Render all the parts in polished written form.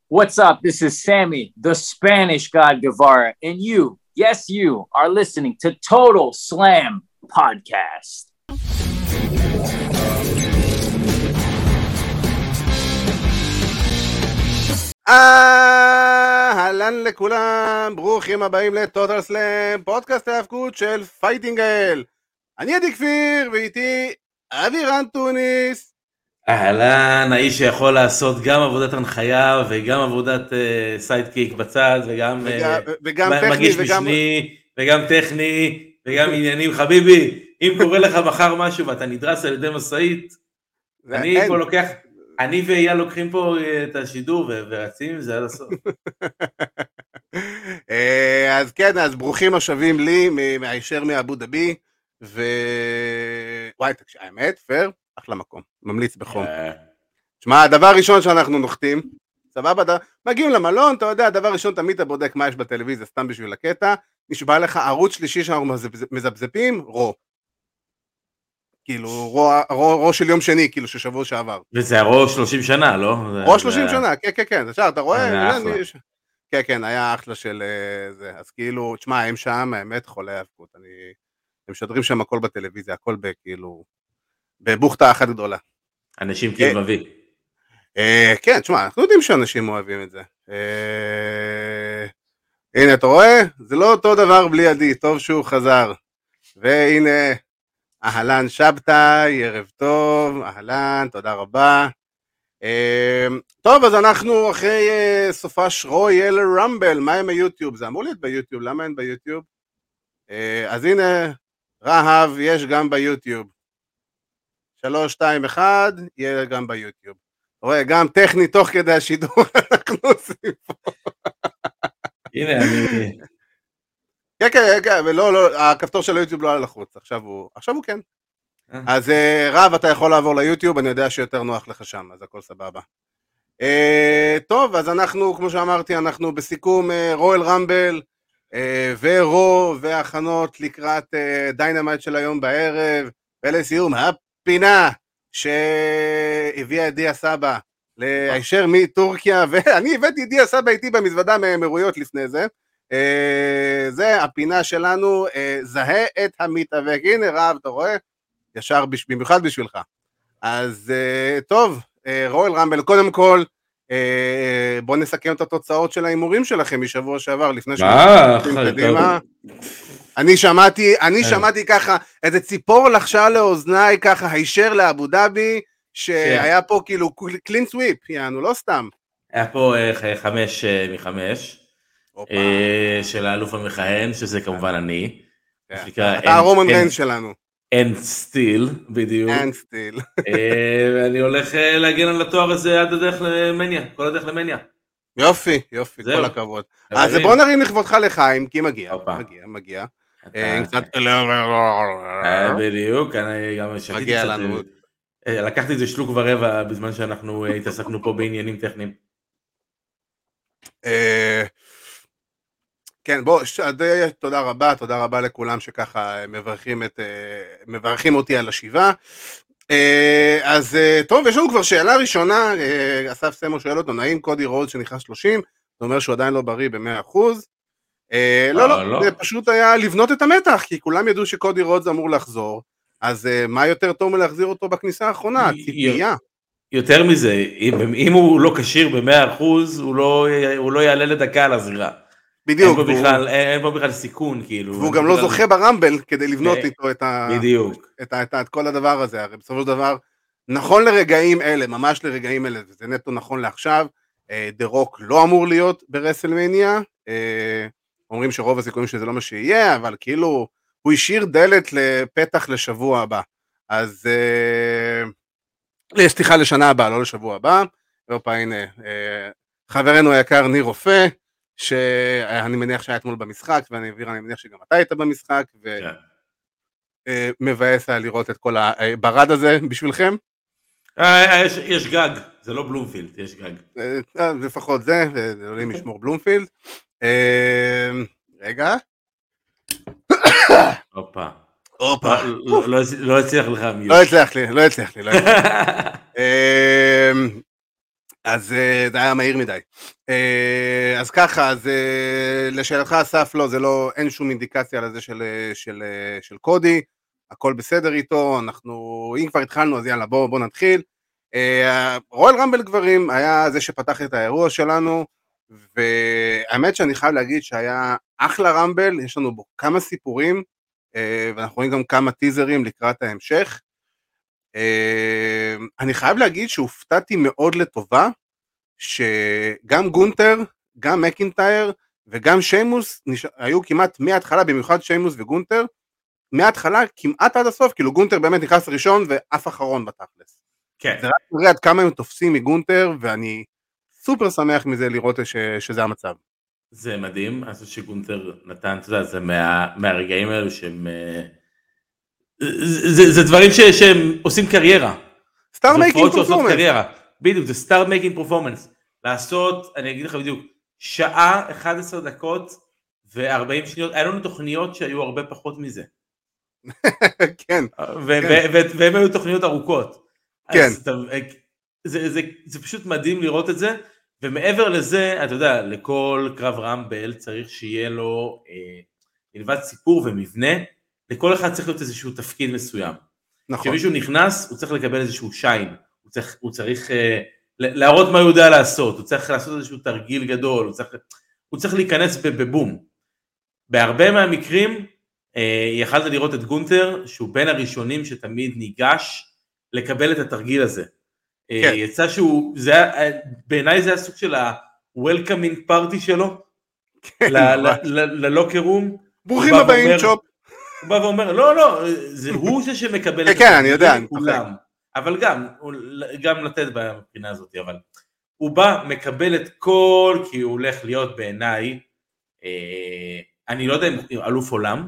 What's up? This is Sammy, the Spanish God Guevara, and you, yes, you, are listening to Total Slam Podcast. אהלן לכולם, ברוכים הבאים לטוטל סלאם, פודקאסט ההאבקות של פייטינגל. אני עדי כפיר, ואיתי אבירן טוניס. אהלן, האיש שיכול לעשות גם עבודת הנחיה וגם עבודת סיידקיק בצד וגם מגיש משני וגם טכני וגם עניינים. חביבי, אם קורה לך מחר משהו ואתה נדרס על ידי מסעית, אני פה לוקח, אני ואייל לוקחים פה את השידור ורצים עם זה עד הסוף. אז כן, אז ברוכים השבים לי מהישר מאבו דאבי, וואי, האמת, פר, אחלה מקום, ממליץ בחום. תשמע, הדבר הראשון שאנחנו נוחתים, סבבה, מגיעים למלון, אתה יודע, הדבר הראשון תמיד אתה בודק מה יש בטלוויזיה, סתם בשביל הקטע, נשבע לך ערוץ שלישי שאנחנו מזפזפים, רו. כאילו, רו של יום שני, כאילו, ששבוע שעבר. וזה הרו 30 שנה, לא? רו 30 שנה, כן, אתה רואה? כן, היה אחלה של זה, אז כאילו, תשמע, הם שם, האמת, חולי האבקות, הם משדרים שם הכל בטלוויזיה, הכל כאילו, בבוכתה אחת גדולה. אנשים כאילו מביא. כן, תשמע, אנחנו יודעים שאנשים אוהבים את זה. הנה, אתה רואה? זה לא אותו דבר בלי עדי, טוב שהוא חזר. והנה, אהלן שבתאי, ערב טוב, אהלן, תודה רבה. טוב, אז אנחנו אחרי סופש רויאל רמבל, מה עם היוטיוב? זה אמור להיות ביוטיוב, למה אין ביוטיוב? אז הנה, רהב, יש גם ביוטיוב. 3, 2, 1, יהיה גם ביוטיוב. רואה, גם טכני תוך כדי השידור אנחנו עושים פה. הנה, אני... כן, ולא, הכפתור של היוטיוב לא עלה לחוץ, עכשיו הוא כן. אז רב, אתה יכול לעבור ליוטיוב, אני יודע שיותר נוח לך שם, אז הכל סבבה. טוב, אז אנחנו, כמו שאמרתי, אנחנו בסיכום רויאל רמבל, ורו, והכנות לקראת דיינמייט של היום בערב, ולסיום, הפינה שהביאה את דיה סבא להישר מטורקיה, ואני הבאתי את דיה סבא איתי במזוודה מאמירויות לפני זה, זה הפינה שלנו, זהה את המתאבק, הנה רב, אתה רואה? ישר במיוחד בשבילך. אז טוב, רויאל רמבל, קודם כל, בוא נסכם את התוצאות של האימורים שלכם משבוע שעבר, לפני שאנחנו קדימה. אני שמעתי ככה, איזה ציפור לחשה לאוזניי ככה, הישר לאבו דאבי, שהיה פה כאילו קלין סוויפ, יענו, לא סתם. היה פה 5 מ-5, של האלוף המכהן, שזה כמובן אני. אתה הרומן ריינס שלנו. אין סטיל, בדיוק. אין סטיל. ואני הולך להגן על התואר הזה עד הדרך למניה, כל הדרך למניה. יופי, כל הכבוד. אז בוא נרים לכבודך לחיים, כי מגיע. בדיוק, אני גם שתיתי קצת, לקחתי איזה שלוק ורבע בזמן שאנחנו התעסקנו פה בעניינים טכניים. כן, בוא, תודה רבה לכולם שככה מברכים אותי על השיבה. אז טוב, יש לנו כבר שאלה ראשונה, אסף סמו שואל אותו, נעים קודי רודס שנכנס 30, זה אומר שהוא עדיין לא בריא ב100%. לא, זה פשוט היה לבנות את המתח, כי כולם ידעו שקודי רודס אמור לחזור, אז מה יותר טוב מלהחזיר אותו בכניסה האחרונה? ציפייה. יותר מזה, אם הוא לא כשיר ב100%, הוא לא יעלה לדקה על הזירה. בדיוק. אין פה בכלל סיכון, כאילו. והוא גם לא זוכה ברמבל כדי לבנות איתו את כל הדבר הזה. הרי בסופו של דבר, נכון לרגעים אלה, ממש לרגעים אלה, וזה נטו נכון לעכשיו, דה רוק לא אמור להיות ברסלמניה, אומרים שרוב הסיכויים שזה לא מה שיהיה, אבל כאילו, הוא השאיר דלת לפתח לשבוע הבא. אז, סליחה, לשנה הבאה, לא לשבוע הבא. ואופה, הנה, חברנו היקר ניר רופא, שאני מניח שהיה אתמול במשחק, ואני מניח שגם אתה היית במשחק, ומבאס היה לראות את כל הברד הזה בשבילכם. יש גג, זה לא בלומפילד, יש גג. לפחות זה, ועולים לשמור בלומפילד. רגע. הופה. לא הצליח לך מיוש. לא הצליח לי. אז זה היה מהיר מדי. אז ככה, אז לשאלתך אסף, לא, זה לא, אין שום אינדיקציה לזה של קודי, הכל בסדר איתו, אם כבר התחלנו, אז יאללה, בוא נתחיל. רואל רמבל גברים היה זה שפתח את האירוע שלנו, והאמת שאני חייב להגיד שהיה אחלה רמבל, יש לנו בו כמה סיפורים, ואנחנו רואים גם כמה טיזרים לקראת ההמשך. אני חייב להגיד שהופתעתי מאוד לטובה, שגם גונטר, גם מקינטייר וגם שיימוס היו כמעט מההתחלה, במיוחד שיימוס וגונטר, מההתחלה כמעט עד הסוף, כאילו גונטר באמת נכנס ראשון ואף אחרון בתכלס. כן. זה רק מראה עד כמה הם תופסים מגונטר, ואני סופר שמח מזה לראות שזה המצב. זה מדהים, אני חושב שגונטר נתן, אתה יודע, זה מהרגעים האלו שהם, זה דברים שהם עושים קריירה. סטאר מייקינג פרפורמנס. בדיוק, זה סטאר מייקינג פרפורמנס. לעשות, אני אגיד לך בדיוק, שעה, 11 דקות ו40 שניות, היה לנו תוכניות שהיו הרבה פחות מזה. כן. והם היו תוכניות ארוכות. כן. זה פשוט מדהים לראות את זה, ומעבר לזה, אתה יודע, לכל קרב רמבל צריך שיהיה לו מלבד סיפור ומבנה, לכל אחד צריך להיות איזשהו תפקיד מסוים. נכון. כשמישהו נכנס, הוא צריך לקבל איזשהו שיין, הוא צריך להראות מה הוא יודע לעשות, הוא צריך לעשות איזשהו תרגיל גדול, הוא צריך להיכנס בבום. בהרבה מהמקרים, יכלת לראות את גונטר, שהוא בין הראשונים שתמיד ניגש לקבל את התרגיל הזה. כן. יצא בעיניי זה הסוג של ה-welcoming party שלו, ללוקר רום. ברוכים הבאים צ'ופ. הוא בא ואומר, לא, זה הוא שמקבל את כן, אני יודע, אבל גם לתת בבחינה הזאת, אבל הוא בא, מקבל את כל, כי הוא הולך להיות בעיניי, אני לא יודע אם אלוף עולם,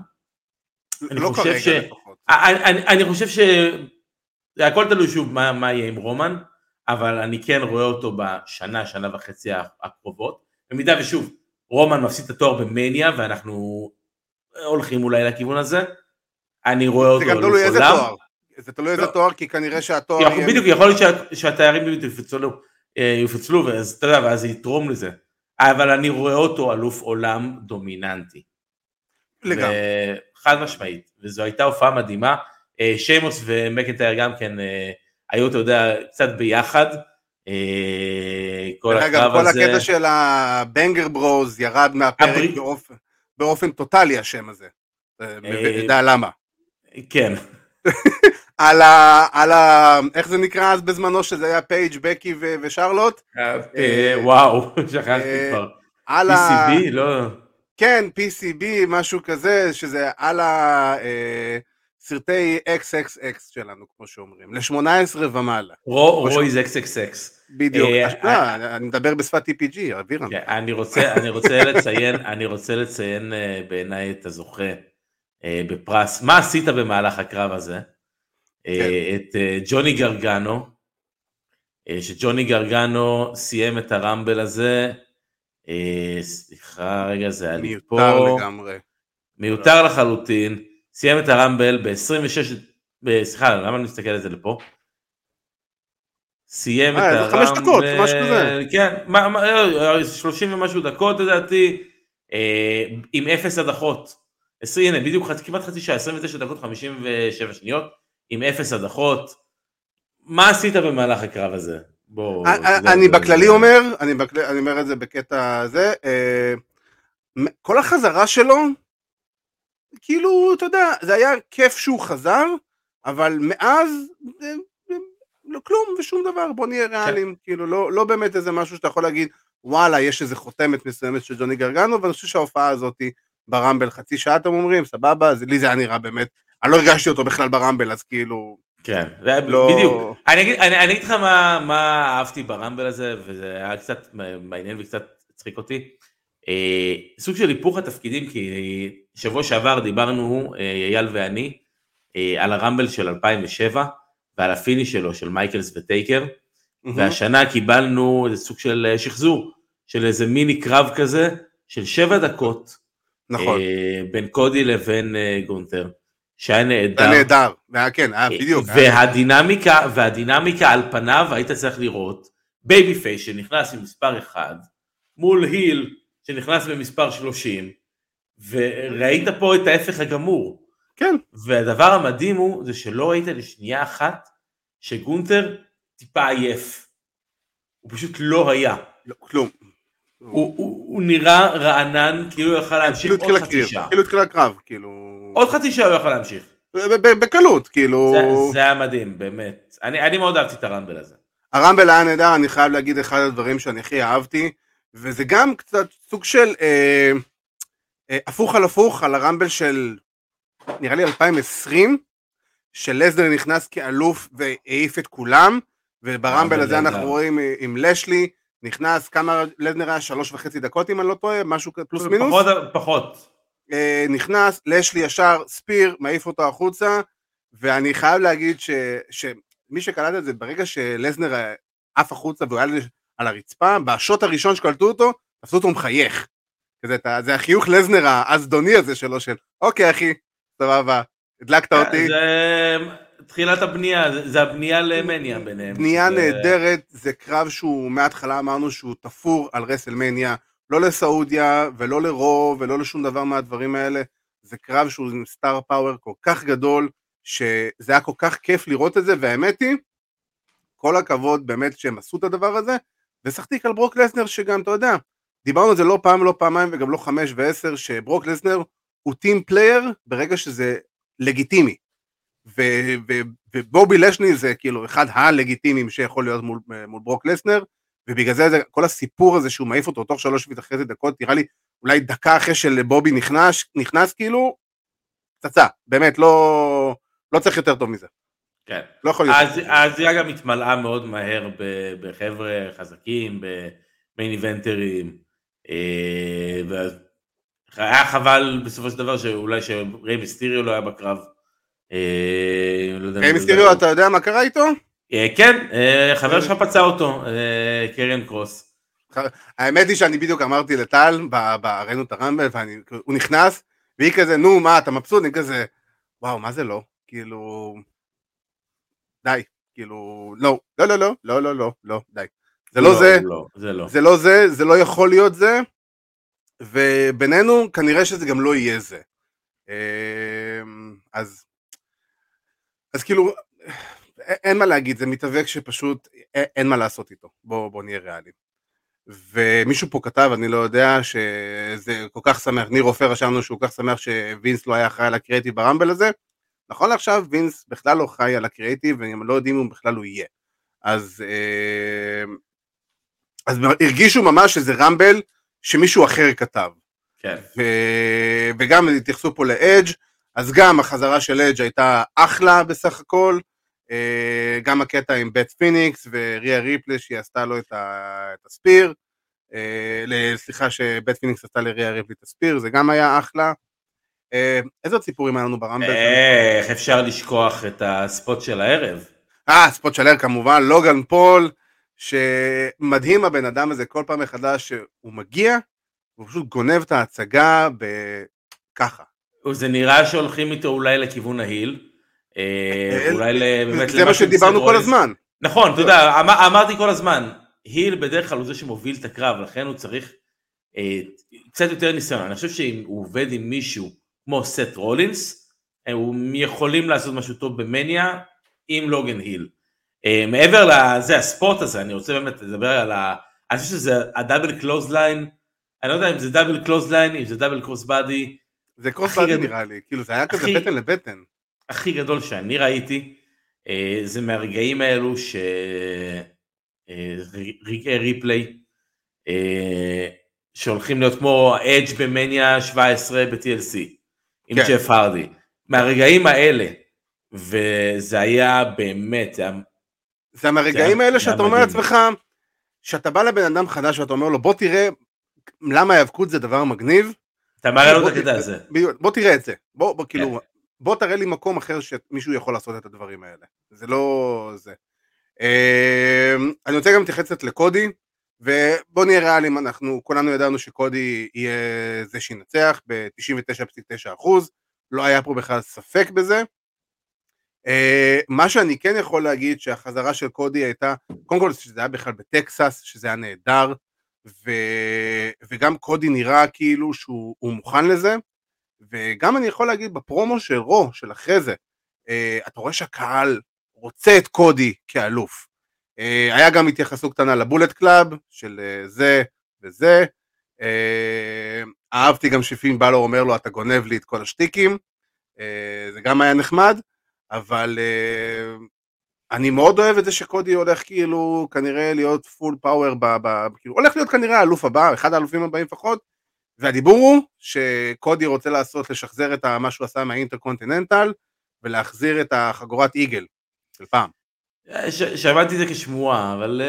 אני חושב זה הכל תלוי שוב מה יהיה עם רומן, אבל אני כן רואה אותו שנה וחצי הקרובות, במידה ושוב, רומן מפסיד את התואר במניה, ואנחנו הולכים אולי לכיוון הזה, אני רואה אותו אלוף עולם. זה תלוי איזה תואר, כי כנראה שהתואר... בדיוק, יכול להיות שהתארים יפצלו, ואז אתה יודע, ואז זה יתרום לזה, אבל אני רואה אותו אלוף עולם דומיננטי. לגמרי. חד משמעית, וזו הייתה הופעה מדהימה, שיימוס ומקינטייר גם כן, היו, אתה יודע, קצת ביחד, כל הקרב הזה. כל הקטע של הבנגר ברוז ירד מהפרק באופן טוטלי השם הזה, יודע למה. כן. על איך זה נקרא אז בזמנו, שזה היה פייג', בקי ושרלוט? וואו, שכחתי כבר. PCB, לא? כן, PCB, משהו כזה, שזה על סרטי XXX שלנו, כמו שאומרים, ל-18 ומעלה. רויז XXX. בדיוק, אני מדבר בשפת TPG, אווירם. אני רוצה לציין בעיניי את הזוכה בפרס, מה עשית במהלך הקרב הזה? את ג'וני גרגנו, שג'וני גרגנו סיים את הרמבל הזה, סליחה רגע, זה היה לי פה, מיותר לגמרי, מיותר לחלוטין, סיים את הרמבל ב-26, סליחה, למה אני מסתכל על זה לפה? סיים את הרמבל, 5 דקות, משהו כזה. כן, 30 ומשהו דקות לדעתי, עם 0 הדחות, הנה בדיוק כמעט חצי שעה, 29 דקות 57 שניות, עם 0 הדחות, מה עשית במהלך הקרב הזה? אני בכללי אומר, אני אומר את זה בקטע הזה, כל החזרה שלו, כאילו, אתה יודע, זה היה כיף שהוא חזר, אבל מאז, לא כלום ושום דבר, בוא נהיה ריאליים, כאילו, לא באמת איזה משהו שאתה יכול להגיד, וואלה, יש איזה חותמת מסוימת של ג'וני גרגנו, ואני חושב שההופעה הזאת ברמבל חצי שעה, אתם אומרים, סבבה, לי זה היה נראה באמת, אני לא הרגשתי אותו בכלל ברמבל, אז כאילו... כן, בדיוק. אני אגיד לך מה אהבתי ברמבל הזה, וזה היה קצת מעניין וקצת צחיק אותי. סוג של היפוך התפקידים, כי שבוע שעבר דיברנו, אייל ואני, על הרמבל של 2007, ועל הפיני שלו, של מייקלס וטייקר, והשנה קיבלנו איזה סוג של שחזור, של איזה מיני קרב כזה, של 7 דקות, בין קודי לבין גונטר. שהיה נהדר. נהדר, כן, בדיוק. והדינמיקה על פניו היית צריך לראות, בייבי פייס שנכנס עם מספר 1, מול היל שנכנס במספר 30, וראית פה את ההפך הגמור. כן. והדבר המדהים הוא, זה שלא ראית לשנייה אחת, שגונטר טיפה עייף. הוא פשוט לא היה. לא, כלום. הוא נראה רענן, כאילו הוא יכל להמשיך עוד חצי שעה. כאילו התחיל הקרב, כאילו... עוד חצי שעה הוא יכל להמשיך. בקלות, כאילו... זה היה מדהים, באמת. אני מאוד אהבתי את הרמבל הזה. הרמבל היה נהדר, אני חייב להגיד אחד הדברים שאני הכי אהבתי, וזה גם קצת סוג של הפוך על הפוך על הרמבל של, נראה לי 2020, שלסנר נכנס כאלוף והעיף את כולם, וברמבל הזה אנחנו רואים עם לשלי, נכנס כמה, לסנר היה 3.5 דקות אם אני לא טועה, משהו פלוס מינוס. פחות. נכנס, לשלי ישר ספיר, מעיף אותו החוצה, ואני חייב להגיד שמי שקלט את זה, ברגע שלסנר עף החוצה והוא היה על הרצפה, בשוט הראשון שקלטו אותו, תפסו אותו מחייך. זה החיוך לסנר האזדוני הזה שלו, של אוקיי אחי, סבבה, הדלקת אותי. זה תחילת הבנייה, זה הבנייה למניה ביניהם. בנייה נהדרת, זה קרב שהוא מההתחלה אמרנו שהוא תפור על רסלמניה, לא לסעודיה ולא לרו ולא לשום דבר מהדברים האלה, זה קרב שהוא עם סטאר פאוור כל כך גדול, שזה היה כל כך כיף לראות את זה, והאמת היא, כל הכבוד באמת שהם עשו את הדבר הזה, ושחתיק על ברוק לסנר שגם, אתה יודע, דיברנו על זה לא פעם, לא פעמיים, וגם לא 5 ו10, שברוק לסנר הוא טים פלייר, ברגע שזה לגיטימי, ובובי לשני זה כאילו אחד הלגיטימיים שיכול להיות מול ברוק לסנר, ובגלל זה כל הסיפור הזה שהוא מעיף אותו תוך 3.5 דקות, נראה לי אולי דקה אחרי של בובי נכנס כאילו, צצה, באמת לא צריך יותר טוב מזה. כן. לא יכול להיות. אז היא גם התמלאה מאוד מהר בחבר'ה חזקים, במיין איבנטרים, היה חבל בסופו של דבר שאולי שריי מיסטריו לא היה בקרב. ריי מיסטריו, אתה יודע מה קרה איתו? כן, חבר שלך פצע אותו, קרן קרוס. האמת היא שאני בדיוק אמרתי לטל, ראינו את הרמבל, הוא נכנס, והיא כזה, נו מה, אתה מבסוט? אני כזה, וואו, מה זה לא? כאילו, די, כאילו, לא, די. זה לא זה, זה לא זה, זה לא יכול להיות זה, ובינינו כנראה שזה גם לא יהיה זה. אז כאילו, אין מה להגיד, זה מתאבק שפשוט אין מה לעשות איתו, בוא נהיה ריאליים. ומישהו פה כתב, אני לא יודע, שזה כל כך שמח, ניר עופר רשמנו שהוא כל כך שמח שווינס לא היה אחראי על הקריאיטיב ברמבל הזה, נכון לעכשיו ווינס בכלל לא חי על הקריאיטיב, והם לא יודעים אם בכלל הוא יהיה. אז הרגישו ממש שזה רמבל שמישהו אחר כתב. כן. וגם התייחסו פה לאדג', אז גם החזרה של אדג' הייתה אחלה בסך הכל, גם הקטע עם בית פיניקס וריה ריפלי שהיא עשתה לו את הספיר, סליחה שבית פיניקס עשתה לריה ריפלי את הספיר, זה גם היה אחלה. איזה עוד סיפורים היה לנו ברמבל? איך אפשר לשכוח את הספוט של הערב? הספוט של הערב כמובן, לוגן פול, שמדהים הבן אדם הזה כל פעם מחדש שהוא מגיע, הוא פשוט גונב את ההצגה ככה. זה נראה שהולכים איתו אולי לכיוון ההיל, זה מה שדיברנו כל הזמן. נכון, אתה יודע, אמרתי כל הזמן, היל בדרך כלל הוא זה שמוביל את הקרב, לכן הוא צריך קצת יותר ניסיון. אני חושב שאם הוא עובד עם מישהו כמו סט רולינס, הם יכולים לעשות משהו טוב במניה עם לוגן היל. מעבר לזה, הספורט הזה, אני רוצה באמת לדבר על אני חושב שזה הדאבל קלוז ליין, אני לא יודע אם זה דאבל קלוז ליין, אם זה דאבל קרוס בדי. זה קרוס בדי נראה לי, כאילו זה היה כזה בטן לבטן. הכי גדול שאני ראיתי, זה מהרגעים האלו ריפלי, שהולכים להיות כמו אדג' במניה 17 ב-TLC, עם ג'ף הרדי. מהרגעים האלה, וזה היה באמת, זה מהרגעים האלה שאתה אומר לעצמך, שאתה בא לבן אדם חדש ואתה אומר לו, בוא תראה למה ההיאבקות זה דבר מגניב. אתה מראה לו את הקטע הזה. בוא תראה את זה, בוא תראה לי מקום אחר שמישהו יכול לעשות את הדברים האלה. זה לא זה. אני רוצה גם להתייחס קצת לקודי, ובוא נהיה ריאליים, אנחנו כולנו ידענו שקודי יהיה זה שינצח ב-99.9%, לא היה פה בכלל ספק בזה. מה שאני כן יכול להגיד שהחזרה של קודי הייתה, קודם כל שזה היה בכלל בטקסס, שזה היה נהדר, וגם קודי נראה כאילו שהוא מוכן לזה, וגם אני יכול להגיד בפרומו של רו, של אחרי זה, אתה רואה שהקהל רוצה את קודי כאלוף. היה גם התייחסות קטנה לבולט קלאב של זה וזה, אהבתי גם שפין בלור אומר לו אתה גונב לי את כל השטיקים, זה גם היה נחמד, אבל אני מאוד אוהב את זה שקודי הולך כאילו כנראה להיות פול פאוור, כאילו הולך להיות כנראה האלוף הבא, אחד האלופים הבאים לפחות, והדיבור הוא שקודי רוצה לעשות, לשחזר את מה שהוא עשה מהאינטרקונטיננטל, ולהחזיר את החגורת איגל של פעם. שמעתי את זה כשמועה, אבל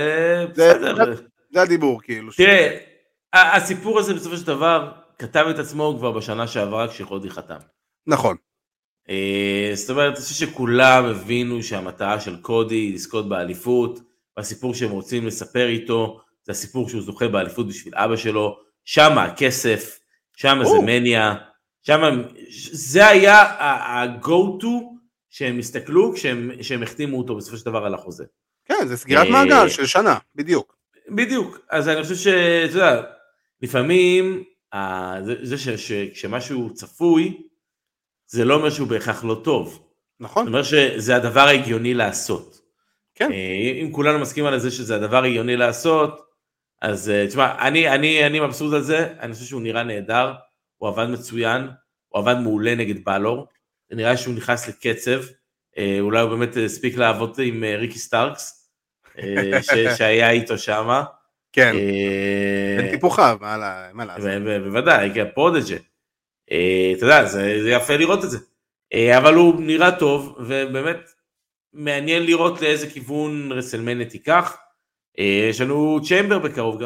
זה הדיבור כאילו. תראה, הסיפור הזה בסופו של דבר כתב את עצמו כבר בשנה שעברה כשקודי חתם. נכון. זאת אומרת, אני חושב שכולם הבינו שהמטרה של קודי היא לזכות באליפות, והסיפור שהם רוצים לספר איתו, זה הסיפור שהוא זוכה באליפות בשביל אבא שלו, שם הכסף, שם זה מניה, שם, זה היה ה-go to שהם הסתכלו כשהם החתימו אותו בסופו של דבר על החוזה. כן, זה סגירת מעגל של שנה, בדיוק. בדיוק, אז אני חושב שאתה יודע, לפעמים, זה שמשהו צפוי, זה לא אומר שהוא בהכרח לא טוב. נכון. זאת אומרת שזה הדבר ההגיוני לעשות. כן. אם כולנו מסכים על זה שזה הדבר ההגיוני לעשות, אז תשמע, אני מבסוט על זה, אני חושב שהוא נראה נהדר, הוא עבד מצוין, הוא עבד מעולה נגד בלור, זה נראה שהוא נכנס לקצב, אולי הוא באמת הספיק לעבוד עם ריקי סטארקס, שהיה איתו שמה. כן, אין טיפוחיו, מה לעשות. בוודאי, כן, פרודג'ה. אתה יודע, זה יפה לראות את זה, אבל הוא נראה טוב, ובאמת מעניין לראות לאיזה כיוון רסלמניה תיקח. יש לנו צ'יימבר בקרוב גם.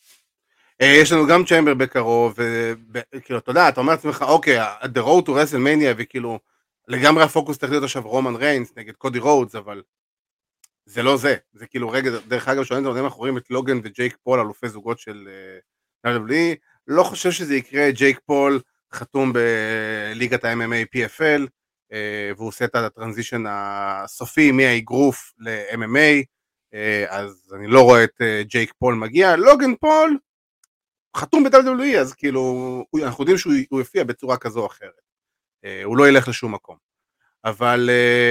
יש לנו גם צ'יימבר בקרוב, וכאילו, אתה יודע, אתה אומר לעצמך, אוקיי, the road to WrestleMania, וכאילו, לגמרי הפוקוס צריך להיות עכשיו רומן ריינס נגד קודי רודס, אבל זה לא זה, זה כאילו רגע, דרך אגב, שואלים את העודים האחורים את לוגן וג'ייק פול, אלופי זוגות של WWE, לא חושב שזה יקרה, ג'ייק פול חתום בליגת ה-MMA PFL, והוא עושה את הטרנזישן הסופי מהאגרוף ל-MMA, אז אני לא רואה את ג'ייק פול מגיע, לוגן פול חתום ב-WWE, אז כאילו, אנחנו יודעים שהוא יופיע בצורה כזו או אחרת, הוא לא ילך לשום מקום, אבל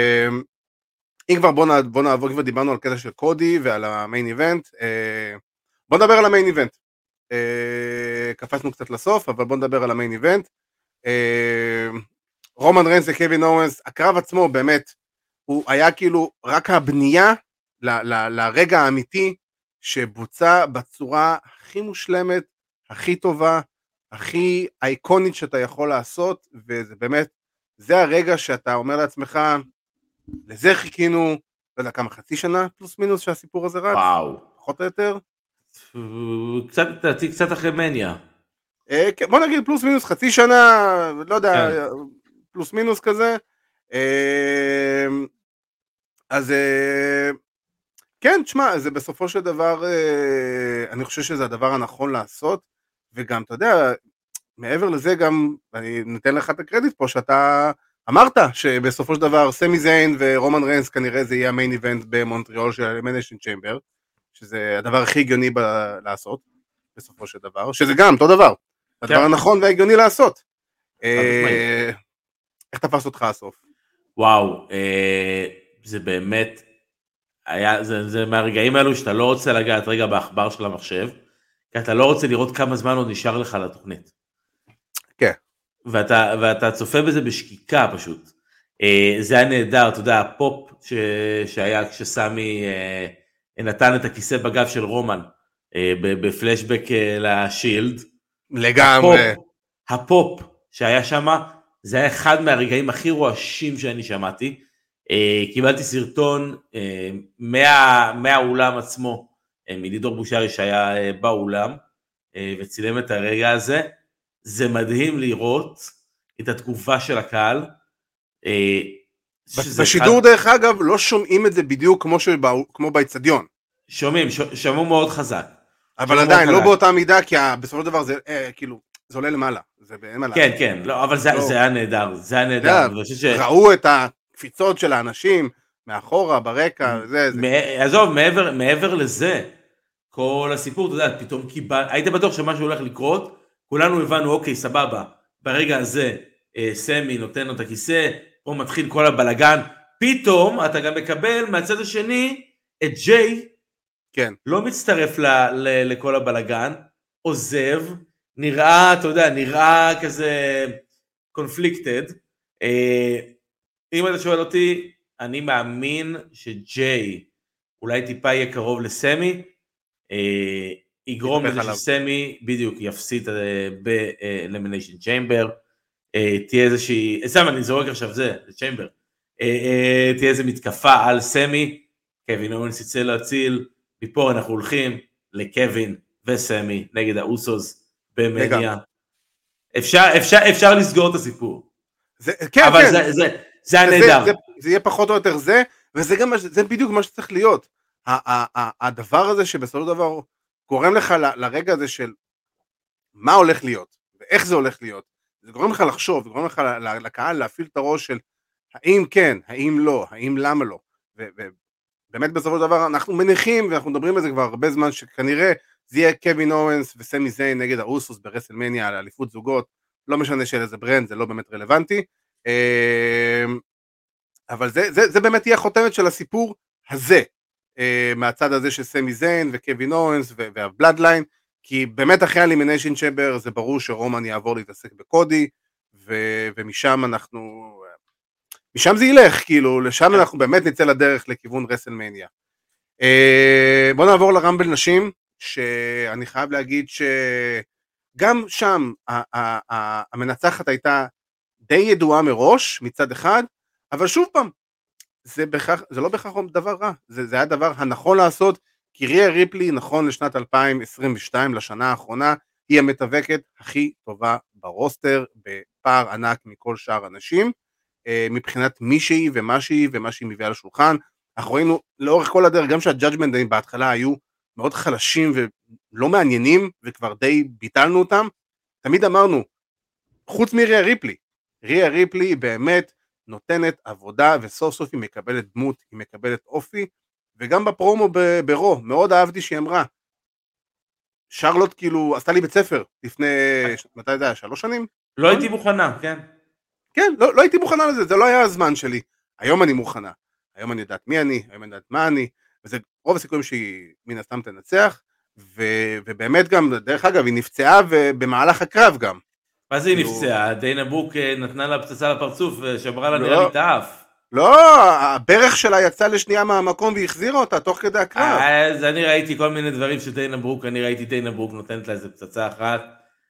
אם כבר בוא נעבור, כבר דיברנו על קטע של קודי ועל המיין איבנט, בוא נדבר על המיין איבנט, קפצנו קצת לסוף, אבל בוא נדבר על המיין איבנט, רומן ריינס וקווין אורנס, הקרב עצמו באמת, הוא היה כאילו רק הבנייה לרגע האמיתי, שבוצע בצורה הכי מושלמת, הכי טובה, הכי אייקונית שאתה יכול לעשות, וזה באמת, זה הרגע שאתה אומר לעצמך, לזה חיכינו, לא יודע כמה, חצי שנה פלוס מינוס שהסיפור הזה רץ, פחות או יותר, קצת אחרי מניה, בוא נגיד פלוס מינוס חצי שנה, לא יודע, פלוס מינוס כזה, אז כן, תשמע, זה בסופו של דבר, אני חושב שזה הדבר הנכון לעשות, וגם, אתה יודע, מעבר לזה גם, אני נותן לך את הקרדיט פה, שאתה אמרת שבסופו של דבר, סמי זיין ורומן ריינס, כנראה זה יהיה המיין איבנט במונטריאול של האלימיניישן צ'יימבר, שזה הדבר הכי הגיוני לעשות, בסופו של דבר, שזה גם אותו דבר, הדבר הנכון וההגיוני לעשות. איך תפס אותך הסוף? וואו, זה באמת, זה מהרגעים האלו שאתה לא רוצה לגעת רגע באחבר של המחשב, כי אתה לא רוצה לראות כמה זמן עוד נשאר לך לתוכנית. כן. ואתה צופה בזה בשקיקה פשוט. זה היה נהדר, אתה יודע, הפופ שהיה כשסמי נתן את הכיסא בגב של רומן, בפלשבק לשילד. לגמרי. הפופ שהיה שם, זה היה אחד מהרגעים הכי רועשים שאני שמעתי. קיבלתי סרטון מהאולם עצמו, מלידור בושרי שהיה באולם, וצילם את הרגע הזה. זה מדהים לראות את התגובה של הקהל. בשידור דרך אגב לא שומעים את זה בדיוק כמו באצטדיון. שמעו מאוד חזק. אבל עדיין לא באותה מידה, כי בסופו של דבר זה כאילו, זה עולה למעלה. כן, כן, אבל זה היה נהדר, זה היה נהדר. ראו את קפיצות של האנשים, מאחורה, ברקע, עזוב, מעבר לזה, כל הסיפור, אתה יודע, פתאום היית בטוח שמשהו הולך לקרות, כולנו הבנו, אוקיי, סבבה, ברגע הזה, סמי נותן לו את הכיסא, פה מתחיל כל הבלגן, פתאום אתה גם מקבל מהצד השני, את ג'יי, כן. לא מצטרף לכל הבלגן, עוזב, נראה, אתה יודע, נראה כזה קונפליקטד, אם אתה שואל אותי, אני מאמין שג'יי אולי טיפה יהיה קרוב לסמי, יגרום לזה שסמי בדיוק יפסיד ב-Elimination Chamber, תהיה איזושהי, אני זורק עכשיו זה צ'יימבר, תהיה איזו מתקפה על סמי, קווין אורנס יצא להציל, מפה אנחנו הולכים לקווין וסמי נגד האוסוס במניה. אפשר לסגור את הסיפור. כן, אבל זה הנהדר. זה יהיה פחות או יותר זה, וזה גם, זה בדיוק מה שצריך להיות. הדבר הזה שבסופו של דבר גורם לך לרגע הזה של מה הולך להיות, ואיך זה הולך להיות. זה גורם לך לחשוב, זה גורם לך לקהל להפעיל את הראש של האם כן, האם לא, האם למה לא. ובאמת בסופו של דבר אנחנו מניחים, ואנחנו מדברים על זה כבר הרבה זמן, שכנראה זה יהיה קווין אורנס וסמי זיין נגד האוסוס ברסלמניה על אליפות זוגות, לא משנה של איזה ברנד, זה לא באמת רלוונטי, אבל זה באמת יהיה החותמת של הסיפור הזה, מהצד הזה של סמי זיין וקווין אורנס והבלאדליין, כי באמת אחרי האלימיניישן צ'יימבר זה ברור שרומן יעבור להתעסק בקודי, ומשם משם זה ילך, כאילו, לשם אנחנו באמת נצא לדרך לכיוון רסלמניה. בואו נעבור לרמבל נשים, שאני חייב להגיד שגם שם המנצחת הייתה די ידועה מראש מצד אחד, אבל שוב פעם, זה לא בכך דבר רע, זה היה הדבר הנכון לעשות, כי ריה ריפלי נכון לשנת 2022, לשנה האחרונה, היא המתווקת הכי טובה ברוסטר, בפער ענק מכל שאר אנשים, מבחינת מי שהיא ומה שהיא מביאה לשולחן. אנחנו ראינו לאורך כל הדרך, גם שהג'אג'מנט בהתחלה היו מאוד חלשים ולא מעניינים, וכבר די ביטלנו אותם, תמיד אמרנו, חוץ מריה ריפלי, ריה ריפלי היא באמת נותנת עבודה, וסוף סוף היא מקבלת דמות, היא מקבלת אופי, וגם בפרומו ברו, מאוד אהבתי שהיא אמרה, שרלוט כאילו עשתה לי בית ספר, לפני, מתי זה היה, 3 שנים? לא הייתי מוכנה, כן. כן, לא הייתי מוכנה לזה, זה לא היה הזמן שלי, היום אני מוכנה, היום אני יודעת מי אני, היום אני יודעת מה אני, וזה רוב הסיכויים שהיא מן הסתם תנצח, ובאמת גם, דרך אגב, היא נפצעה במהלך הקרב גם. מה זה היא נפצעה? דיינה ברוק נתנה לה פצצה לפרצוף ושברה לה נראה לי את האף. לא, הברך שלה יצאה לשנייה מהמקום והחזירה אותה תוך כדי הקרב. אז אני ראיתי כל מיני דברים של דיינה ברוק, אני ראיתי דיינה ברוק נותנת לה איזה פצצה אחת,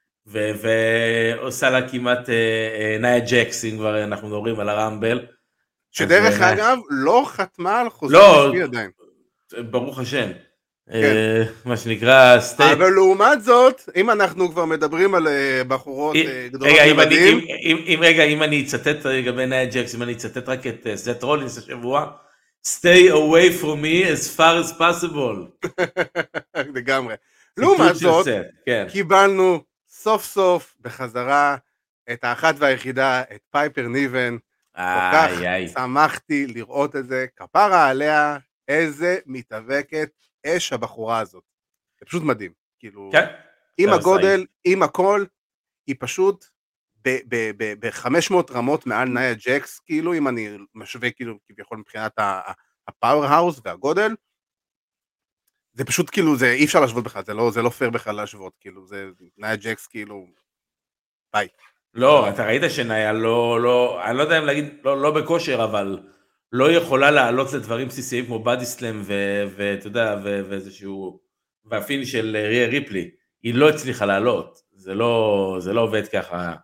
ועושה לה כמעט נאיה ג'קס, אם כבר אנחנו מדברים על הרמבל. שדרך אגב לא חתמה על חוזה רשמי עדיין. ברוך השם. מה שנקרא סטייט. אבל לעומת זאת, אם אנחנו כבר מדברים על בחורות גדולות לבדים. אם אני אצטט לגבי נאיה ג'קס, אם אני אצטט רק את סט רולינס השבוע, stay away from me as far as possible. לגמרי. לעומת זאת, קיבלנו סוף סוף בחזרה את האחת והיחידה, את פייפר ניבן. כל כך שמחתי לראות את זה, כפרה עליה, איזה מתאבקת אש הבחורה הזאת. זה פשוט מדהים. כאילו, עם הגודל, עם הכל, היא פשוט ב-500 רמות מעל נאיה ג'קס, כאילו, אם אני משווה כאילו כביכול מבחינת הפאוור האוס והגודל, זה פשוט כאילו, אי אפשר להשוות בכלל, זה לא פייר בכלל להשוות, כאילו, זה נאיה ג'קס, כאילו, ביי. לא, אתה ראית שנאיה לא, אני לא יודע אם להגיד, לא בכושר, אבל לא יכולה לעלות לדברים בסיסיים כמו בדי סלאם, ואתה יודע, ואיזשהו, והפיני של ריה ריפלי, היא לא הצליחה לעלות, זה לא עובד ככה.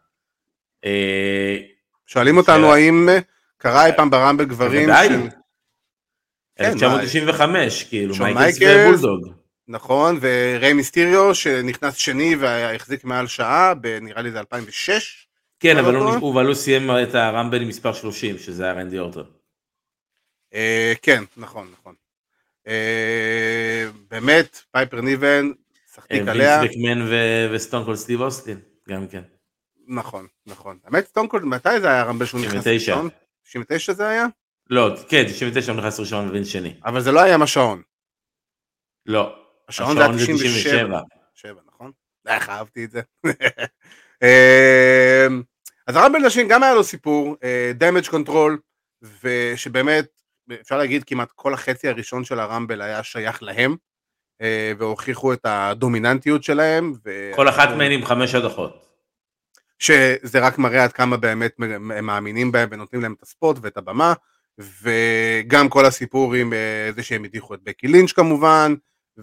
שואלים אותנו האם קרה אי פעם ברמבל גברים של... 1995, כאילו, מייקלס ובולדוג. נכון, וריי מיסטיריו שנכנס שני והחזיק מעל שעה, נראה לי זה 2006. כן, אבל הוא סיים את הרמבל עם מספר 30, שזה היה רנדי אורטון. כן, נכון. באמת, פייפר ניבן, שחתיק עליה. וינס מקמן וסטון קולד סטיב אוסטין, גם כן. נכון. האמת, סטון קולד, מתי זה היה הרמבל שהוא נכנס? 99 זה היה? לא, כן, 99 נכנס ראשון לבין שני. אבל זה לא היה עם השעון. לא. השעון זה 97. נכון? איך אהבתי את זה. אז הרמבל נשים גם היה לו סיפור, damage control, ושבאמת, אפשר להגיד כמעט כל החצי הראשון של הרמבל היה שייך להם, והוכיחו את הדומיננטיות שלהם. כל אחת מהן עם 5 הדחות. שזה רק מראה עד כמה באמת הם מאמינים בהם ונותנים להם את הספוט ואת הבמה, וגם כל הסיפור עם זה שהם הדיחו את בקי לינץ' כמובן,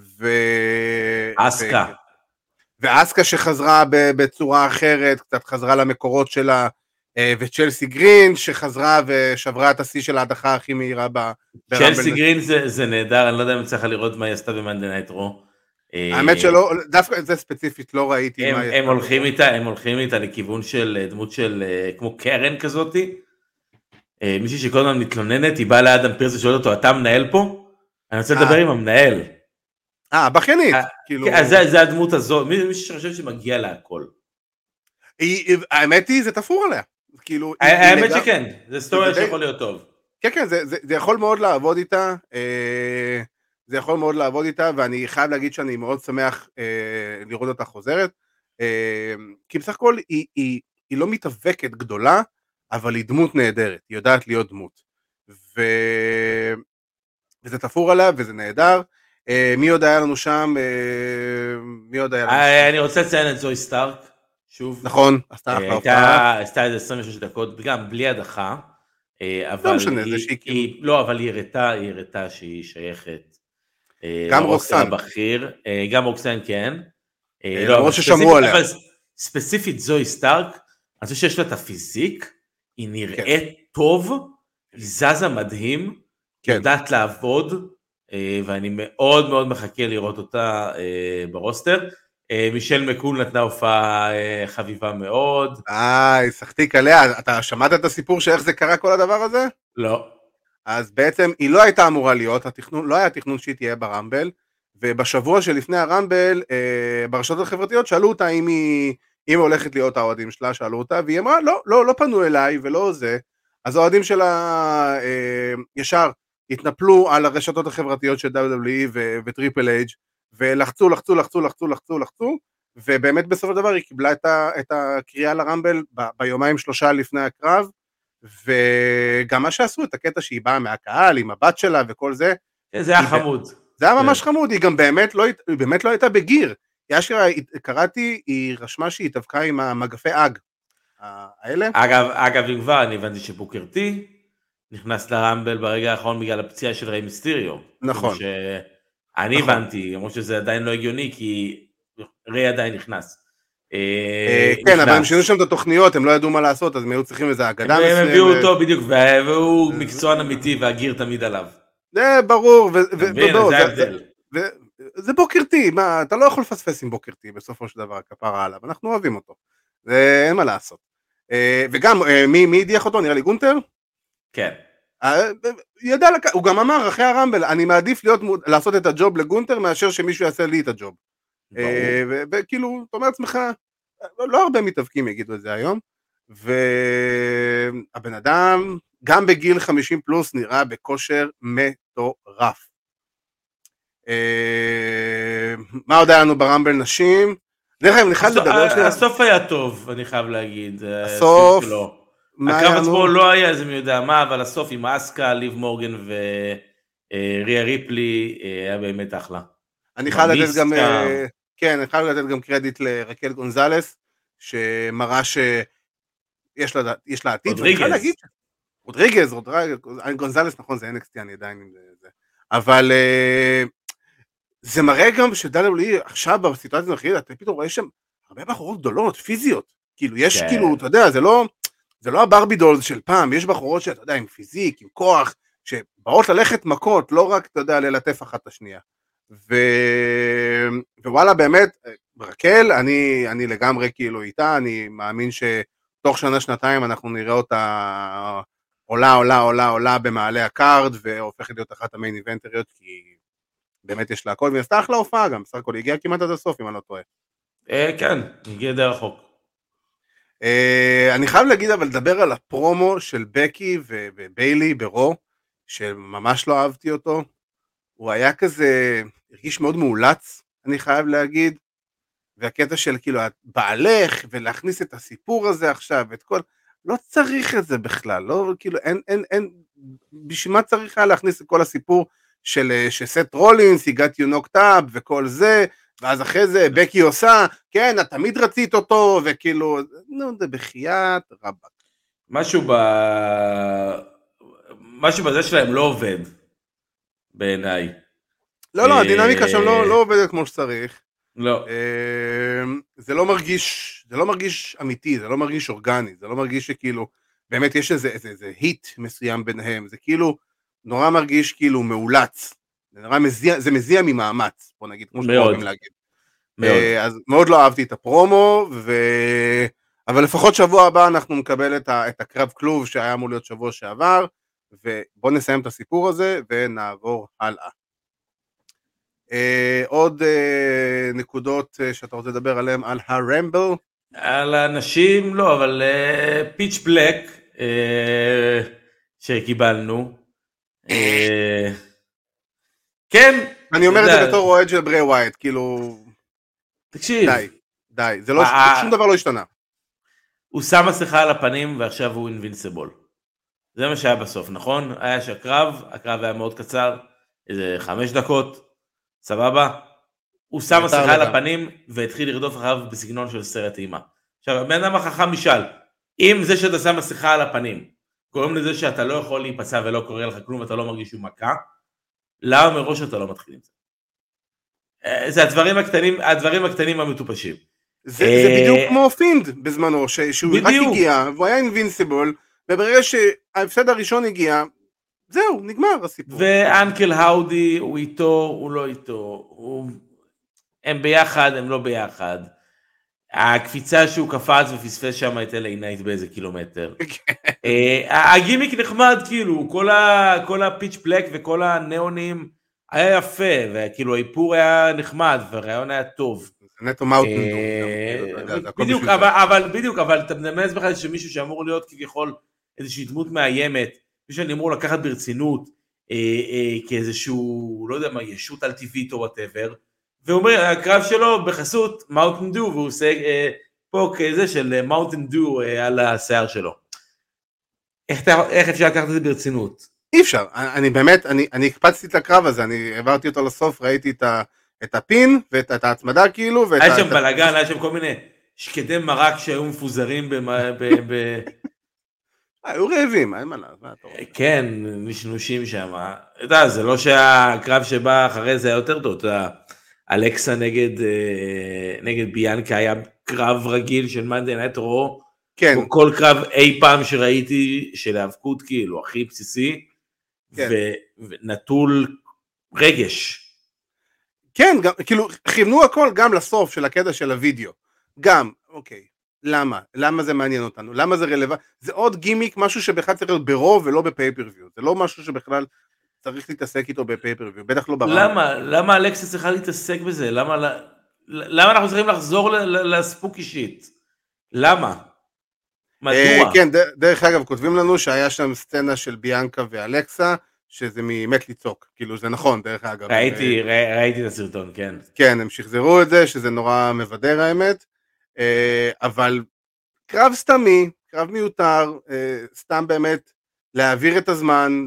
אסקה. ואסקה שחזרה בצורה אחרת, קצת חזרה למקורות שלה, וצ'לסי גרין שחזרה ושברה את השיא של ההדחה הכי מהירה צ'לסי גרין זה נהדר, אני לא יודע אם צריך לראות מה היא עשתה במאנדי נייט רו. האמת שלא, דווקא זה ספציפית לא ראיתי מה היא עשתה. הם הולכים איתה לכיוון של דמות של כמו קרן כזאתי, מישהי שכל הזמן מתלוננת, היא באה לאדם פירס ושואלת אותו, אתה מנהל פה? אני רוצה לדבר עם המנהל. בכיינית. זה הדמות הזו, מי שחושב שמגיע לה הכל. האמת היא, זה תפור עליה. האמת שכן, זה סטוריה שיכול להיות טוב. כן, זה יכול מאוד לעבוד איתה, זה יכול מאוד לעבוד איתה, ואני חייב להגיד שאני מאוד שמח לראות אותה חוזרת, כי בסך הכל היא לא מתאבקת גדולה, אבל היא דמות נהדרת, היא יודעת להיות דמות, וזה תפור עליה, וזה נהדר. מי עוד היה לנו שם? אני רוצה לציין את זוי סטארק, שוב. נכון, עשתה איזה 26 דקות, גם בלי הדחה, אבל היא הראתה שהיא שייכת. גם רוקסן. גם רוקסן, כן. למרות ששמעו עליה. ספציפית זוי סטארק, אני חושב שיש לה את הפיזיק, היא נראית טוב, היא זזה מדהים, היא יודעת לעבוד, ואני מאוד מאוד מחכה לראות אותה ברוסטר. מישל מקול נתנה הופעה חביבה מאוד. שחתיק עליה, אתה שמעת את הסיפור שאיך זה קרה כל הדבר הזה? לא. אז בעצם היא לא הייתה אמורה להיות, לא היה תכנון שהיא תהיה ברמבל, ובשבוע שלפני הרמבל, ברשתות החברתיות שאלו אותה אם היא הולכת להיות האוהדים שלה, שאלו אותה, והיא אמרה, לא פנו אליי ולא זה, אז האוהדים שלה ישר התנפלו על הרשתות החברתיות של WWE וטריפל אייג' ולחצו, ובאמת בסופו של דבר היא קיבלה את הקריאה לרמבל ביומיים 3 לפני הקרב, וגם מה שעשו את הקטע שהיא באה מהקהל עם הבת שלה וכל זה. זה היה חמוד. זה היה ממש חמוד, היא גם באמת לא הייתה בגיר. קראתי, היא רשמה שהיא התאבקה עם המגפי אג. האלה. אגב, אם כבר, אני הבנתי שבוקר טי נכנס לרמבל ברגע האחרון בגלל הפציעה של ריי מיסטריו. נכון. אני הבנתי, למרות שזה עדיין לא הגיוני, כי ריי עדיין נכנס. כן, אבל הם שינו שם את התוכניות, הם לא ידעו מה לעשות, אז הם היו צריכים איזה אגדה מסוימת. הם הביאו אותו בדיוק, והוא מקצוען אמיתי, והגיר תמיד עליו. זה ברור, זה בוקר טי, אתה לא יכול לפספס עם בוקר טי, בסופו של דבר, כפרה עליו, אנחנו אוהבים אותו, אין מה לעשות. וגם, מי הדיח אותו? נראה לי גונטר? כן. הוא גם אמר אחרי הרמבל, אני מעדיף לעשות את הג'וב לגונטר, מאשר שמישהו יעשה לי את הג'וב. וכאילו, אתה אומר לעצמך, לא הרבה מתאבקים יגידו את זה היום, והבן אדם, גם בגיל 50 פלוס, נראה בכושר מטורף. מה עוד היה לנו ברמבל נשים? הסוף היה טוב, אני חייב להגיד. הסוף, הקרב עצמו לא היה איזה מי יודע מה, אבל הסוף עם אסקה, ליב מורגן וריה ריפלי, היה באמת אחלה. אני חייב לתת גם קרדיט לרקל גונזלס, שמראה שיש לה עתיד. רודריגז, גונזלס, נכון, זה NXT, אני עדיין עם זה. אבל זה מראה גם ש-WWE עכשיו בסיטואציה הנוכחית, אתה פתאום רואה שם הרבה בחורות גדולות, פיזיות. כאילו, יש כאילו, אתה יודע, זה לא הברבי דולס של פעם, יש בחורות שאתה יודע, עם פיזיק, עם כוח, שבאות ללכת מכות, לא רק, אתה יודע, ללטף אחת את השנייה. ווואלה, באמת, רקל, אני לגמרי כאילו איתה, אני מאמין שתוך שנה-שנתיים אנחנו נראה אותה עולה במעלה הקארד, והופכת להיות אחת המיין איבנטריות, כי באמת יש לה הכל, והיא עשתה אחלה הופעה גם, בסך הכל הגיעה כמעט עד הסוף, אם אני לא טועה. כן, הגיעה די רחוק. אני חייב להגיד, אבל לדבר על הפרומו של בקי וביילי ברו, שממש לא אהבתי אותו, הוא היה כזה, הרגיש מאוד מאולץ, אני חייב להגיד, והקטע של כאילו בעלך, ולהכניס את הסיפור הזה עכשיו, את כל, לא צריך את זה בכלל, לא, כאילו, אין, בשביל מה צריך היה להכניס את כל הסיפור של שסט רולינס, הגעת you knocked up, וכל זה, ואז אחרי זה בקי עושה, כן, את תמיד רצית אותו, וכאילו, נו, זה בחייאת רבק. משהו בזה שלהם לא עובד, בעיניי. לא, הדינמיקה שם לא עובדת כמו שצריך. לא. זה לא מרגיש אמיתי, זה לא מרגיש אורגני, זה לא מרגיש שכאילו, באמת יש איזה היט מסוים ביניהם, זה כאילו, נורא מרגיש כאילו מאולץ, זה מזיע ממאמץ, בוא נגיד, כמו שאתם אוהבים להגיד. אז מאוד לא אהבתי את הפרומו, אבל לפחות שבוע הבא אנחנו נקבל את הקרב כלוב שהיה אמור להיות שבוע שעבר, ובואו נסיים את הסיפור הזה ונעבור הלאה. עוד נקודות שאתה רוצה לדבר עליהן על הרמבל? על האנשים, לא, אבל פיץ' בלק שקיבלנו. כן. אני אומר את זה בתור אוהד של ברי ווייט, כאילו... תקשיב. די, שום דבר לא השתנה. הוא שם מסכה על הפנים ועכשיו הוא אינבינסיבול. זה מה שהיה בסוף, נכון? היה שהקרב היה מאוד קצר, איזה 5 דקות, סבבה? הוא שם מסכה על הפנים והתחיל לרדוף אחריו בסגנון של סרט אימה. עכשיו, בן אדם החכם משאל, אם זה שאתה שם מסכה על הפנים, קוראים לזה שאתה לא יכול להיפצע ולא קורה לך כלום ואתה לא מרגיש שום מכה, למה מראש אתה לא מתחיל עם זה? זה הדברים הקטנים המטופשים. זה בדיוק כמו פינד בזמנו, שהוא רק הגיע, והוא היה אינבינסיבול, וברגע שההפסד הראשון הגיע, זהו, נגמר הסיפור. ואנקל האודי, הוא איתו, הוא לא איתו, הם ביחד, הם לא ביחד. הקפיצה שהוא קפץ ופספס שם את אלי נייט באיזה קילומטר. הגימיק נחמד, כאילו, כל הפיץ' בלק וכל הנאונים היה יפה, וכאילו האיפור היה נחמד, והרעיון היה טוב. נטו מאוטן. בדיוק, אבל אתה מדמיין בכלל שמישהו שאמור להיות כביכול איזושהי דמות מאיימת, מישהו שאני אמור לקחת ברצינות, כאיזשהו, לא יודע מה, ישות על טבעית או whatever, והוא אומר, הקרב שלו בחסות מאוטן דו, והוא עושה פה כזה של מאוטן דו על השיער שלו. איך אפשר לקחת את זה ברצינות? אי אפשר, אני הקפצתי את הקרב הזה, אני העברתי אותו לסוף, ראיתי את הפין ואת ההצמדה כאילו. היה שם בלגן, היה שם כל מיני שקדי מרק שהיו מפוזרים היו רעבים, אין מה לעשות. כן, נשנושים שם. אתה יודע, זה לא שהקרב שבא אחרי זה היה יותר טוב, אתה יודע, אלכסה נגד ביאנקה היה קרב רגיל של Monday Night Raw, כן. כל קרב אי פעם שראיתי של האבקות כאילו, הכי בסיסי, כן. ונטול רגש. כן, גם, כאילו, כיוונו הכל גם לסוף של הקטע של הוידאו. גם, אוקיי, למה? למה זה מעניין אותנו? למה זה רלוונטי? זה עוד גימיק, משהו שבכלל צריך להיות ברוב ולא בפייפריוויו. זה לא משהו שבכלל צריך להתעסק איתו בפייפריוויו, בטח לא ברמה. למה אלכסה צריכה להתעסק בזה? למה אנחנו צריכים לחזור לספוק אישית? למה? מדוע? כן, דרך אגב, כותבים לנו שהיה שם סצנה של ביאנקה ואלכסה, שזה ממת לצעוק, כאילו זה נכון, דרך אגב. ראיתי את הסרטון, כן. כן, הם שחזרו את זה, שזה נורא מבדר האמת, אבל קרב סתמי, קרב מיותר, סתם באמת להעביר את הזמן,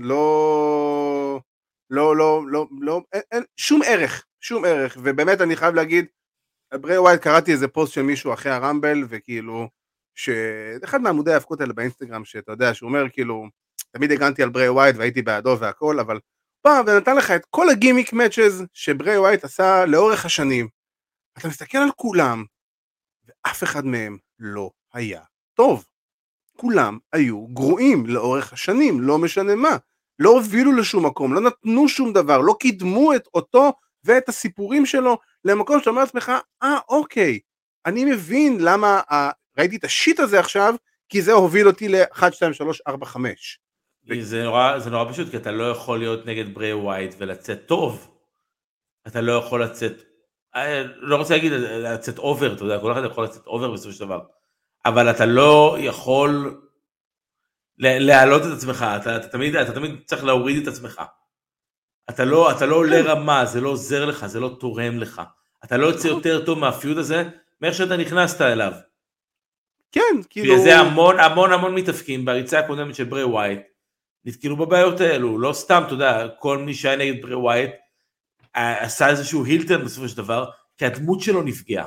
אין שום ערך, ובאמת אני חייב להגיד, ברי ווייט קראתי איזה פוסט של מישהו אחרי הרמבל, וכאילו, שאחד מעמודי ההפקות האלה באינסטגרם, שאתה יודע, שהוא אומר כאילו, תמיד הגנתי על ברי ווייט והייתי בעדו והכל, אבל פעם ונתן לך את כל הגימיק מאצ'ז שברי ווייט עשה לאורך השנים, אתה מסתכל על כולם, ואף אחד מהם לא היה טוב. כולם היו גרועים לאורך השנים, לא משנה מה. לא הובילו לשום מקום, לא נתנו שום דבר, לא קידמו את אותו ואת הסיפורים שלו למקום שאתה אומר לעצמך, אוקיי, אני מבין למה ראיתי את השיט הזה עכשיו, כי זה הוביל אותי ל-1, 2, 3, 4, 5. זה נורא פשוט, כי אתה לא יכול להיות נגד ברי ווייט ולצאת טוב. אתה לא יכול לצאת, לא רוצה להגיד לצאת אובר, אתה יודע, כל אחד יכול לצאת אובר בסופו של דבר. אבל אתה לא יכול להעלות את עצמך, אתה תמיד צריך להוריד את עצמך. אתה לא עולה רמה, זה לא עוזר לך, זה לא תורם לך. אתה לא יוצא יותר טוב מהפיוד הזה, מאיך שאתה נכנסת אליו. כן, כאילו... וזה המון מתאפקים, בריצה הקודמת של ברי ווייט, נתקלו בבעיות האלו, לא סתם, אתה יודע, כל מי שהיה נגד ברי ווייט, עשה איזשהו הילטרן בסופו של דבר, כי הדמות שלו נפגעה.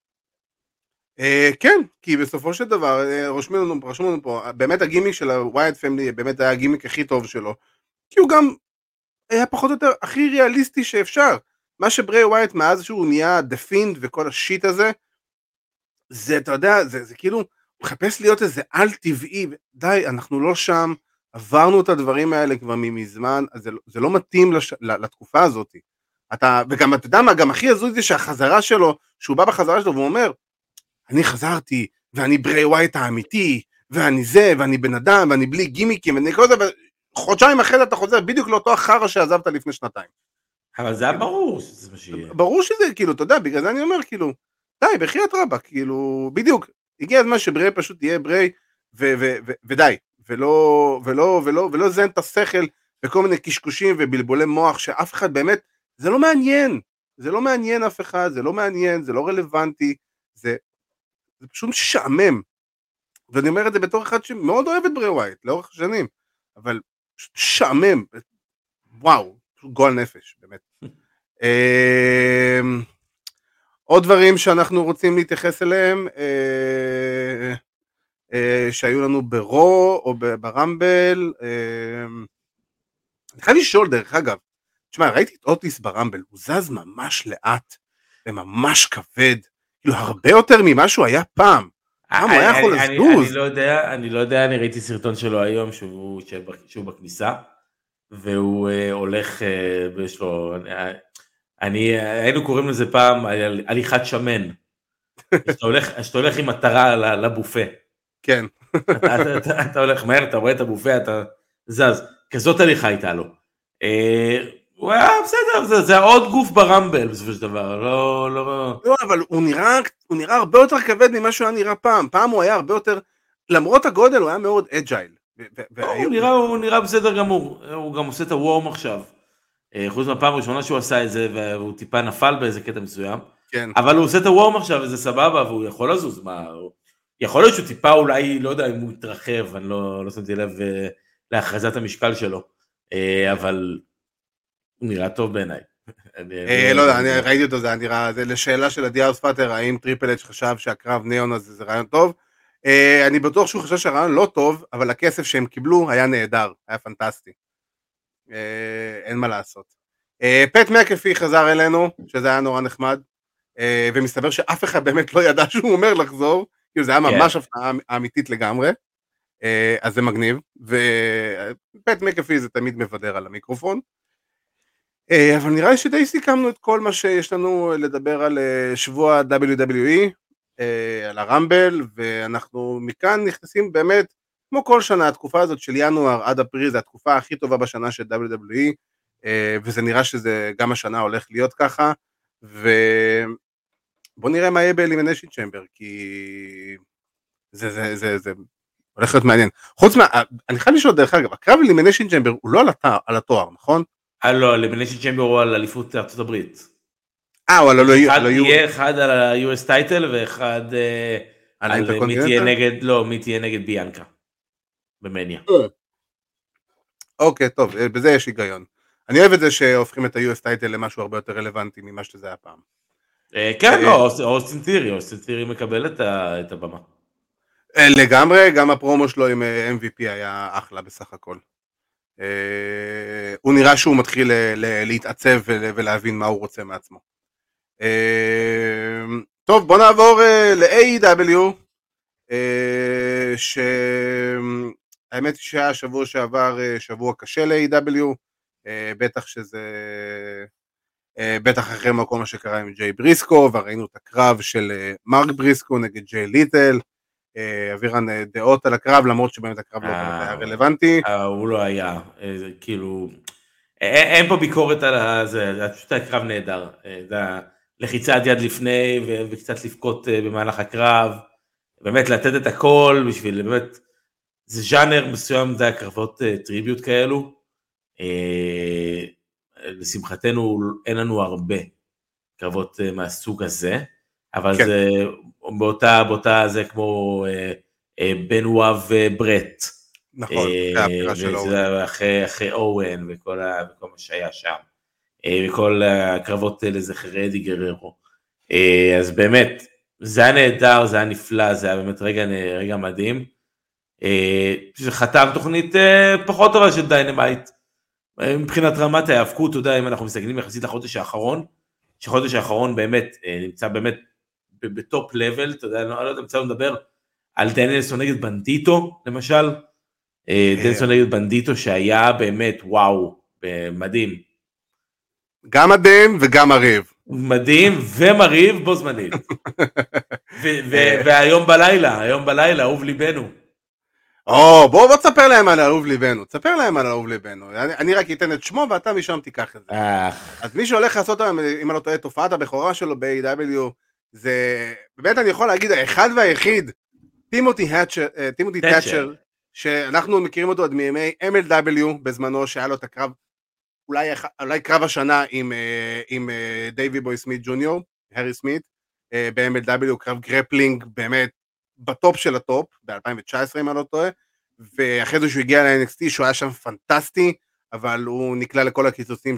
כן, כי בסופו של דבר, רשמו לנו פה, באמת הגימיק של הווייט פמילי, באמת היה הגימיק הכי טוב שלו, כי הוא גם היה פחות או יותר הכי ריאליסטי שאפשר. מה שברי ווייט מאז שהוא נהיה דפינד וכל השיט הזה, זה, אתה יודע, זה כאילו, הוא מחפש להיות איזה על טבעי, די, אנחנו לא שם, עברנו את הדברים האלה כבר מזמן, אז זה לא מתאים לתקופה הזאת. וגם, אתה יודע מה, גם הכי הזוי זה שהחזרה שלו, שהוא בא בחזרה שלו והוא אומר, אני חזרתי, ואני ברי ווייט האמיתי, ואני זה, ואני בן אדם, ואני בלי גימיקים, ואני כל זה, חודשיים אחרי אתה חוזר בדיוק לאותו החרא שעזבת לפני שנתיים. אבל זה היה ברור שזה מה שיהיה. ברור שזה, כאילו, אתה יודע, בגלל זה אני אומר, כאילו, די, בחיית רבה, כאילו, בדיוק, הגיע הזמן שברי פשוט תהיה ברי, ודי, ולא זן את השכל, וכל מיני קשקושים ובלבולי מוח, שאף אחד באמת, זה לא מעניין, זה לא מעניין אף אחד, זה לא מעניין, זה לא רלוונטי, זה פשוט שעמם, ואני אומר את זה בתור אחד שמאוד אוהב את ברי ווייט, לאורך השנים, אבל שעמם, וואו, גועל נפש, באמת. עוד דברים שאנחנו רוצים להתייחס אליהם, שהיו לנו ברו או ברמבל, אני חייב לשאול דרך אגב, תשמע, ראיתי את אוטיס ברמבל, הוא זז ממש לאט, וממש כבד, כאילו הרבה יותר ממה שהוא היה פעם, הוא היה יכול לזוז. אני לא יודע, אני ראיתי סרטון שלו היום, שהוא בכניסה, והוא הולך, ויש לו, היינו קוראים לזה פעם, הליכת שמן, שאתה הולך עם מטרה לבופה. כן. אתה הולך מהר, אתה רואה את הבופה, אתה זז, כזאת הליכה הייתה לו. הוא היה בסדר, זה עוד גוף ברמבל בסופו של דבר, לא, אבל הוא נראה הרבה יותר כבד ממה שהוא היה נראה פעם, פעם הוא היה הרבה יותר, למרות הגודל הוא היה מאוד אג'ייל. הוא נראה בסדר גמור, הוא גם עושה את הוורם עכשיו, חוץ מהפעם הראשונה שהוא עשה את זה, והוא טיפה נפל באיזה קטע מסוים, אבל הוא עושה את הוורם עכשיו, וזה סבבה, והוא יכול לזוז, יכול להיות שהוא טיפה אולי, לא יודע אם הוא יתרחב, אני לא שמתי לב להכרזת המשקל שלו, אבל הוא נראה טוב בעיניי. לא יודע, אני ראיתי אותו, זה נראה, זה לשאלה של הדיארס פאטר, האם טריפל אץ' חשב שהקרב ניאון הזה זה רעיון טוב, אני בטוח שהוא חשב שהרעיון לא טוב, אבל הכסף שהם קיבלו היה נהדר, היה פנטסטי. אין מה לעשות. פט מקאפי חזר אלינו, שזה היה נורא נחמד, ומסתבר שאף אחד באמת לא ידע שהוא אומר לחזור, כאילו זה היה ממש הפתעה אמיתית לגמרי, אז זה מגניב, ופט מקאפי זה תמיד מבדר על המיקרופון, אבל נראה לי שדי סיכמנו את כל מה שיש לנו לדבר על שבוע WWE, על הרמבל, ואנחנו מכאן נכנסים באמת, כמו כל שנה, התקופה הזאת של ינואר עד אפריל, זה התקופה הכי טובה בשנה של WWE, וזה נראה שזה גם השנה הולך להיות ככה, ובוא נראה מה יהיה באלימיניישן צ'מבר, כי זה הולך להיות מעניין. חוץ מה, אני חייב לשאול דרך אגב, הקרב אלימיניישן צ'מבר הוא לא על התואר, נכון? לא, אלימיניישן צ'מבר הוא על אליפות ארצות הברית. יהיה אחד על ה-US טייטל, ואחד על מי תהיה נגד ביאנקה, במניה. אוקיי, טוב, בזה יש היגיון. אני אוהב את זה שהופכים את ה-US טייטל למשהו הרבה יותר רלוונטי ממה שזה היה פעם. כן, לא, אוסטין תירי מקבל את הבמה. לגמרי, גם הפרומו שלו עם MVP היה אחלה בסך הכל. הוא נראה שהוא מתחיל להתעצב ולהבין מה הוא רוצה מעצמו. טוב, בוא נעבור ל-AEW, שהאמת היא שהיה שבוע שעבר שבוע קשה ל-AEW, בטח שזה, בטח אחרי כל מה שקרה עם ג'יי בריסקו, וראינו את הקרב של מרק בריסקו נגד ג'יי ליטל, אווירן דעות על הקרב, למרות שבאמת הקרב לא היה רלוונטי. הוא לא היה, כאילו, אין פה ביקורת על זה פשוט היה קרב נהדר, לחיצת יד לפני וקצת לפקות במהלך הקרב, באמת לתת את הכל בשביל באמת, זה ז'אנר מסוים, זה הקרבות טריביוט כאלו, לשמחתנו אין לנו הרבה קרבות מהסוג הזה, אבל כן. זה באותה זה כמו בנואה וברט, נכון, אחרי אוהן וכל מה שהיה שם, וכל הקרבות לזכר אדי גררו, אז באמת, זה היה נהדר, זה היה נפלא, זה היה באמת רגע מדהים, שחתם תוכנית פחות טובה של דיינמייט, מבחינת רמת ההאבקות, אתה יודע, אם אנחנו מסתכלים יחסית לחודש האחרון, שחודש האחרון באמת נמצא באמת בטופ לבל, אתה יודע, אני לא יודע, מצא לדבר על דניאלסון נגד בנדיטו, למשל, דניאלסון נגד בנדיטו שהיה באמת וואו, מדהים. גם מדהים וגם מריב. מדהים ומריב בו זמנית. והיום בלילה, אהוב ליבנו. בוא תספר להם על אהוב ליבנו, תספר להם על אהוב ליבנו, אני רק אתן את שמו ואתה משם תיקח את זה. אז מי שהולך לעשות, אם אני לא טועה, תופעת הבכורה שלו ב-AW, זה באמת אני יכול להגיד, האחד והיחיד, טימותי תאצ'ר, שאנחנו מכירים אותו עד מימי MLW בזמנו, שהיה לו את הקרב, אולי קרב השנה עם דייבי בוי סמית ג'וניור, הרי סמית, ב-MLW, קרב גרפלינג באמת בטופ של הטופ, ב-2019 אם אני לא טועה, ואחרי זה שהוא הגיע ל-NXT, שהוא היה שם פנטסטי, אבל הוא נקלע לכל הקיצוצים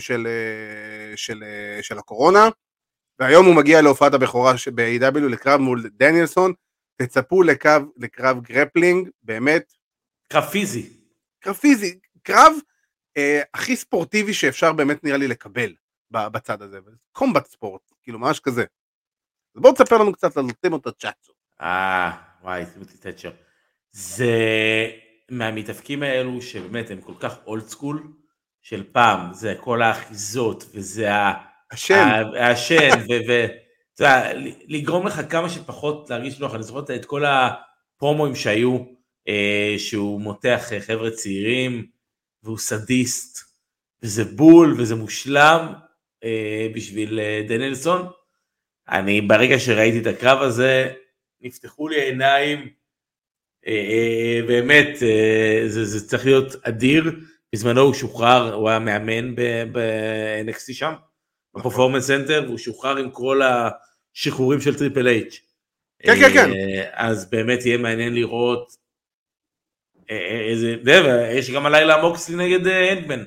של הקורונה, והיום הוא מגיע להופעת הבכורה ב-AW לקרב מול דניאלסון, תצפו לקרב גרפלינג, באמת. קרב פיזי. קרב הכי ספורטיבי שאפשר באמת נראה לי לקבל בצד הזה, קומבט ספורט, כאילו ממש כזה. אז בואו תספר לנו קצת על טימותי תאצ'ר. וואי, טימותי תאצ'ר. זה מהמתאבקים האלו שבאמת הם כל כך אולד סקול, של פעם, זה כל האחיזות, וזה השן, לגרום לך כמה שפחות להרגיש נוח, אני זוכרת את כל הפרומואים שהיו, שהוא מותח חבר'ה צעירים, והוא סדיסט, וזה בול, וזה מושלם, בשביל דניאלסון. אני ברגע שראיתי את הקרב הזה, נפתחו לי העיניים, באמת, זה צריך להיות אדיר, בזמנו הוא שוחרר, הוא היה מאמן ב-NXT שם, בפרפורמנס סנטר, והוא שוחרר עם כל השחרורים של טריפל אייץ'. כן. אז באמת יהיה מעניין לראות, יש גם הלילה מוקסלי נגד הנגמן.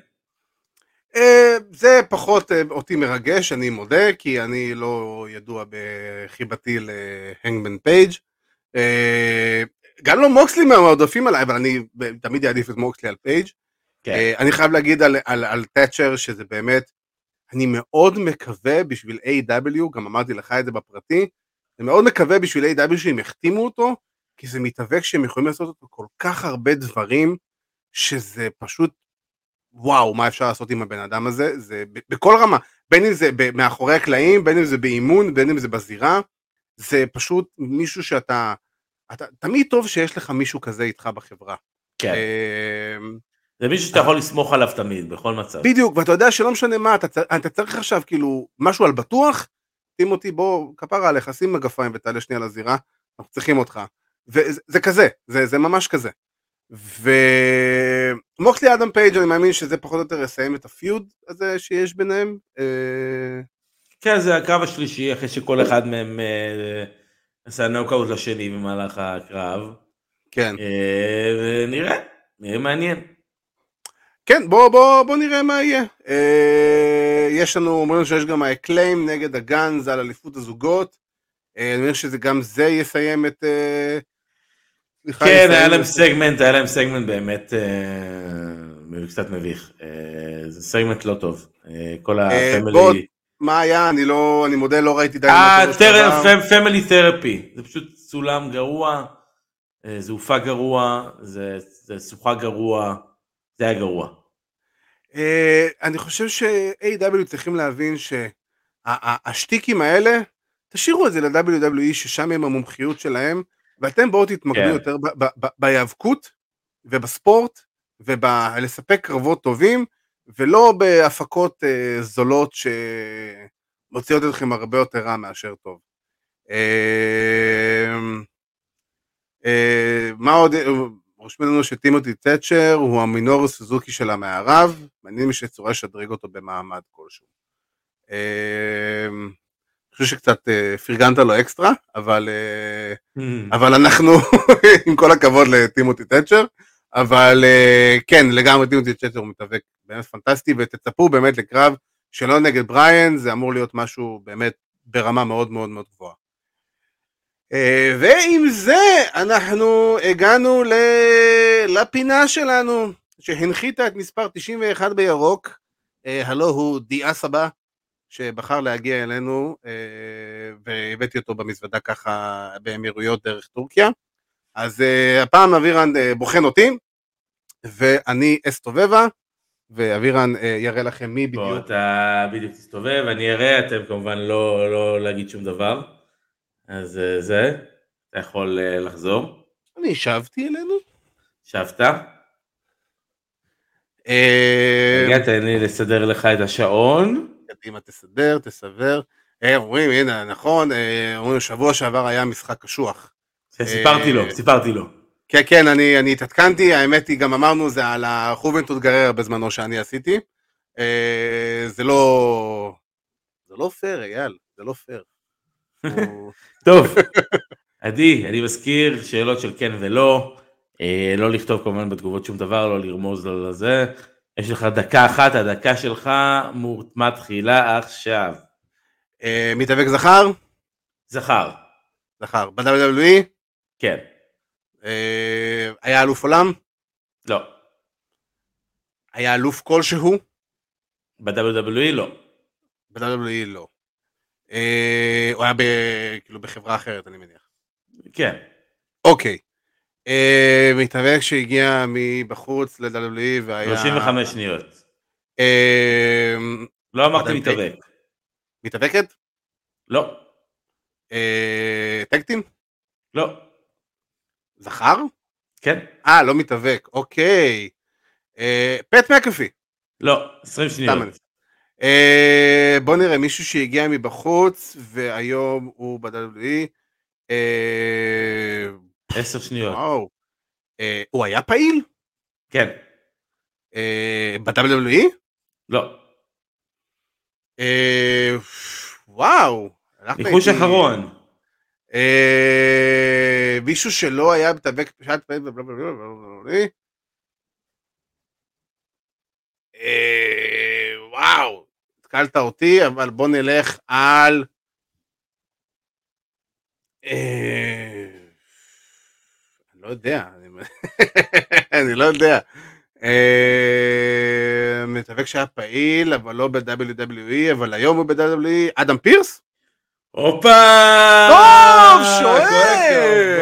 זה פחות אותי מרגש, אני מודה, כי אני לא ידוע בחיבתי להנגמן פייג'. גם לא מוקסלי מהמועדפים עליי, אבל אני תמיד אעדיף את מוקסלי על פייג'. אני חייב להגיד על תאצ'ר, שזה באמת, אני מאוד מקווה בשביל A.W, גם אמרתי לך את זה בפרטי, אני מאוד מקווה בשביל A.W שהם יחתימו אותו, כי זה מתאבק שהם יכולים לעשות אותו כל כך הרבה דברים, שזה פשוט, וואו, מה אפשר לעשות עם הבן אדם הזה, זה בכל רמה, בין אם זה מאחורי הקלעים, בין אם זה באימון, בין אם זה בזירה, זה פשוט מישהו שאתה, תמיד טוב שיש לך מישהו כזה איתך בחברה. כן. זה מישהו שאתה יכול לסמוך עליו תמיד, בכל מצב. בדיוק, ואתה יודע שלא משנה מה, אתה צריך עכשיו כאילו משהו על בטוח, טימותי בוא, כפרה עליך, שים מגפיים ותעלה שנייה לזירה, אנחנו צריכים אותך. וזה כזה, זה ממש כזה. ומוקסלי אדם פייג' אני מאמין שזה פחות או יותר יסיים את הפיוד הזה שיש ביניהם. כן, זה הקרב השלישי, אחרי שכל אחד מהם עשה נוקאוט לשני במהלך הקרב. כן. ונראה, נראה מעניין. כן, בוא נראה מה יהיה. יש לנו, אומרים שיש גם האקליים נגד הגאנז על אליפות הזוגות. אני אומר שזה גם זה יסיים את... כן, היה להם סגמנט באמת קצת מביך. זה סגמנט לא טוב. כל הפמילי... מה היה? אני מודה, לא ראיתי די... פמילי תרפי. זה פשוט צולם גרוע, זה הופע גרוע, זה שוחה גרוע, זה היה גרוע. אני חושב ש-AW צריכים להבין שהשטיקים האלה, תשאירו את זה ל-WWE ששם הם המומחיות שלהם, ואתם בואו תתמקדו יותר בהיאבקות ובספורט, ולספק קרבות טובים, ולא בהפקות זולות שמוציאות אתכם הרבה יותר רע מאשר טוב. מה עוד, רושמים לנו שטימותי תאצ'ר הוא המינורו סוזוקי של המערב, מעניין שיש צורה לשדרג אותו במעמד כלשהו. אני חושב שקצת פרגנת לו אקסטרה, אבל אנחנו, עם כל הכבוד לטימותי תאצ'ר, אבל כן, לגמרי טימותי תאצ'ר הוא מתאבק באמת פנטסטי, ותצפו באמת לקרב שלא נגד בריין, זה אמור להיות משהו באמת ברמה מאוד מאוד מאוד גבוהה. ועם זה אנחנו הגענו לפינה שלנו, שהנחיתה את מספר 91 בירוק, הלא הוא דיאסבה, שבחר להגיע אלינו, והבאתי אותו במזוודה ככה באמירויות דרך טורקיה. אז הפעם אבירן בוחן אותי, ואני אסתובבה, ואבירן יראה לכם מי בדיוק. בוא, אתה בדיוק תסתובב, אני אראה, אתם כמובן לא להגיד שום דבר. אז זה, אתה יכול לחזור. אני שבתי אלינו. שבת. רגע, תן לי לסדר לך את השעון. קדימה, תסבר. אומרים, הנה, נכון, אומרים, שבוע שעבר היה משחק קשוח. סיפרתי לו. כן, אני התעדכנתי, האמת היא, גם אמרנו, זה על החובנטות גרר בזמנו שאני עשיתי. זה לא פייר, אייל, זה לא פייר. טוב, אני מזכיר שאלות של כן ולא, לא לכתוב כמובן בתגובות שום דבר, לא לרמוז לזה, יש לך דקה אחת, הדקה שלך מתחילה עכשיו. מתאבק זכר? זכר. ב-WWE? כן. היה אלוף עולם? לא. היה אלוף כלשהו? ב-WWE לא. ב-WWE לא. הוא היה כאילו בחברה אחרת, אני מניח. כן. אוקיי. מתאבק שהגיע מבחוץ ל-WWE והיה... 35 שניות. לא אמרתי מתאבק. מתאבקת? לא. טקטים? לא. זכר? כן. לא מתאבק, אוקיי. פט מקאפי? לא, 20 שניות. בוא נראה, מישהו שהגיע מבחוץ והיום הוא ב-WWE. 10 שניות. וואו. הוא היה פעיל? כן. ב-WWE? לא. וואו. ניחוש אחרון. מישהו שלא היה מתאבק פשט פעיל וואו, התקלת אותי, אבל בוא נלך על אני לא יודע, אני לא יודע. מתאבק שהיה פעיל, אבל לא ב-WWE, אבל היום הוא ב-WWE, אדם פירס? הופה! טוב, שואל!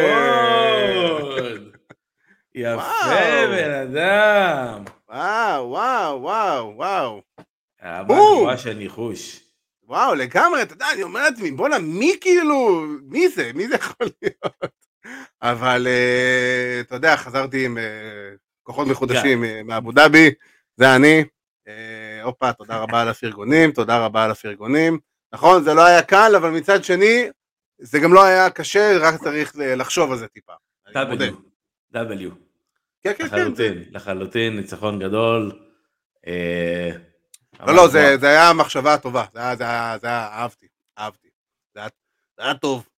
יפה, בן אדם. וואו. הבא של ניחוש. וואו, לגמרי, אתה יודע, אני אומר לעצמי, בוא'נה, מי כאילו, מי זה יכול להיות? אבל, אתה יודע, חזרתי עם כוחות מחודשים מאבו דאבי, זה אני. הופה, תודה רבה על הפרגונים. נכון, זה לא היה קל, אבל מצד שני, זה גם לא היה קשה, רק צריך לחשוב על זה טיפה. W. כן. לחלוטין, ניצחון גדול. לא, זה היה מחשבה טובה, זה היה, אהבתי. זה היה טוב.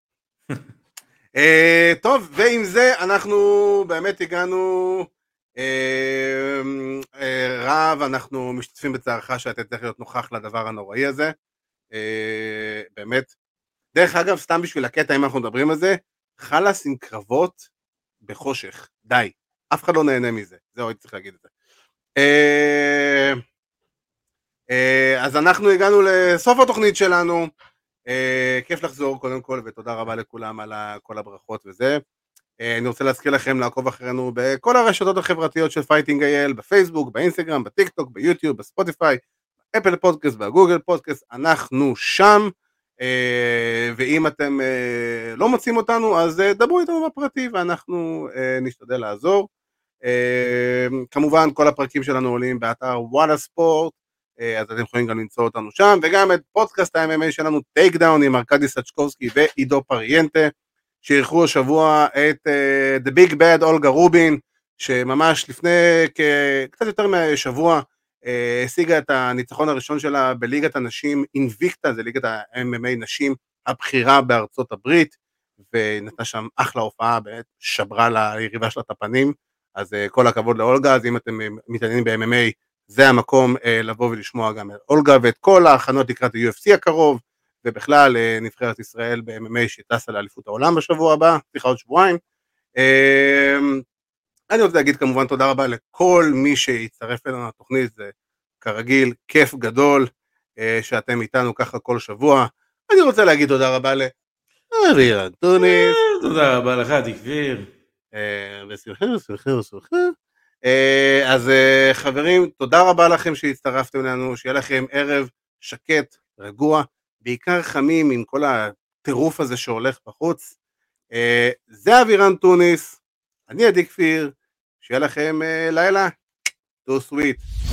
טוב, ועם זה אנחנו באמת הגענו, רב, אנחנו משתתפים בצערך שאתה צריך להיות נוכח לדבר הנוראי הזה. באמת. דרך אגב, סתם בשביל הקטע, אם אנחנו מדברים על זה, חלס עם קרבות בחושך, די. אף אחד לא נהנה מזה, זהו, הייתי צריך להגיד את זה. אז אנחנו הגענו לסוף התוכנית שלנו, כיף לחזור קודם כל, ותודה רבה לכולם על כל הברכות וזה. אני רוצה להזכיר לכם לעקוב אחרינו בכל הרשתות החברתיות של פייטינג.il, בפייסבוק, באינסטגרם, בטיקטוק, ביוטיוב, בספוטיפיי, אפל פודקאסט והגוגל פודקאסט, אנחנו שם, ואם אתם לא מוצאים אותנו, אז דברו איתנו בפרטי, ואנחנו נשתדל לעזור. כמובן, כל הפרקים שלנו עולים באתר וואלה ספורט, אז אתם יכולים גם למצוא אותנו שם, וגם את פודקאסט ה-MMA שלנו, טייק דאון עם ארקדי סצ'קובסקי ועידו פריאנטה, שאירחו השבוע את The Big Bad אולגה רובין, שממש לפני קצת יותר משבוע, השיגה את הניצחון הראשון שלה בליגת הנשים אינביקטה, זה ליגת ה-MMA נשים הבחירה בארצות הברית, ונתנה שם אחלה הופעה, באמת שברה ליריבה שלה את הפנים, אז כל הכבוד לאולגה. אז אם אתם מתעניינים ב-MMA, זה המקום לבוא ולשמוע גם את אולגה, ואת כל ההכנות לקראת ה-UFC הקרוב, ובכלל נבחרת ישראל ב-MMA שטסה לאליפות העולם בשבוע הבא, סליחה עוד שבועיים. אני רוצה להגיד כמובן תודה רבה לכל מי שיצטרף אלינו לתוכנית, זה כרגיל כיף גדול שאתם איתנו ככה כל שבוע. אני רוצה להגיד תודה רבה לאבירן טוניס. תודה רבה לך דקביר. ושמחה. אז חברים, תודה רבה לכם שהצטרפתם לנו, שיהיה לכם ערב שקט, רגוע, בעיקר חמים עם כל הטירוף הזה שהולך בחוץ. זה אבירן טוניס, אני עדי כפיר, שיהיה לכם לילה, too sweet.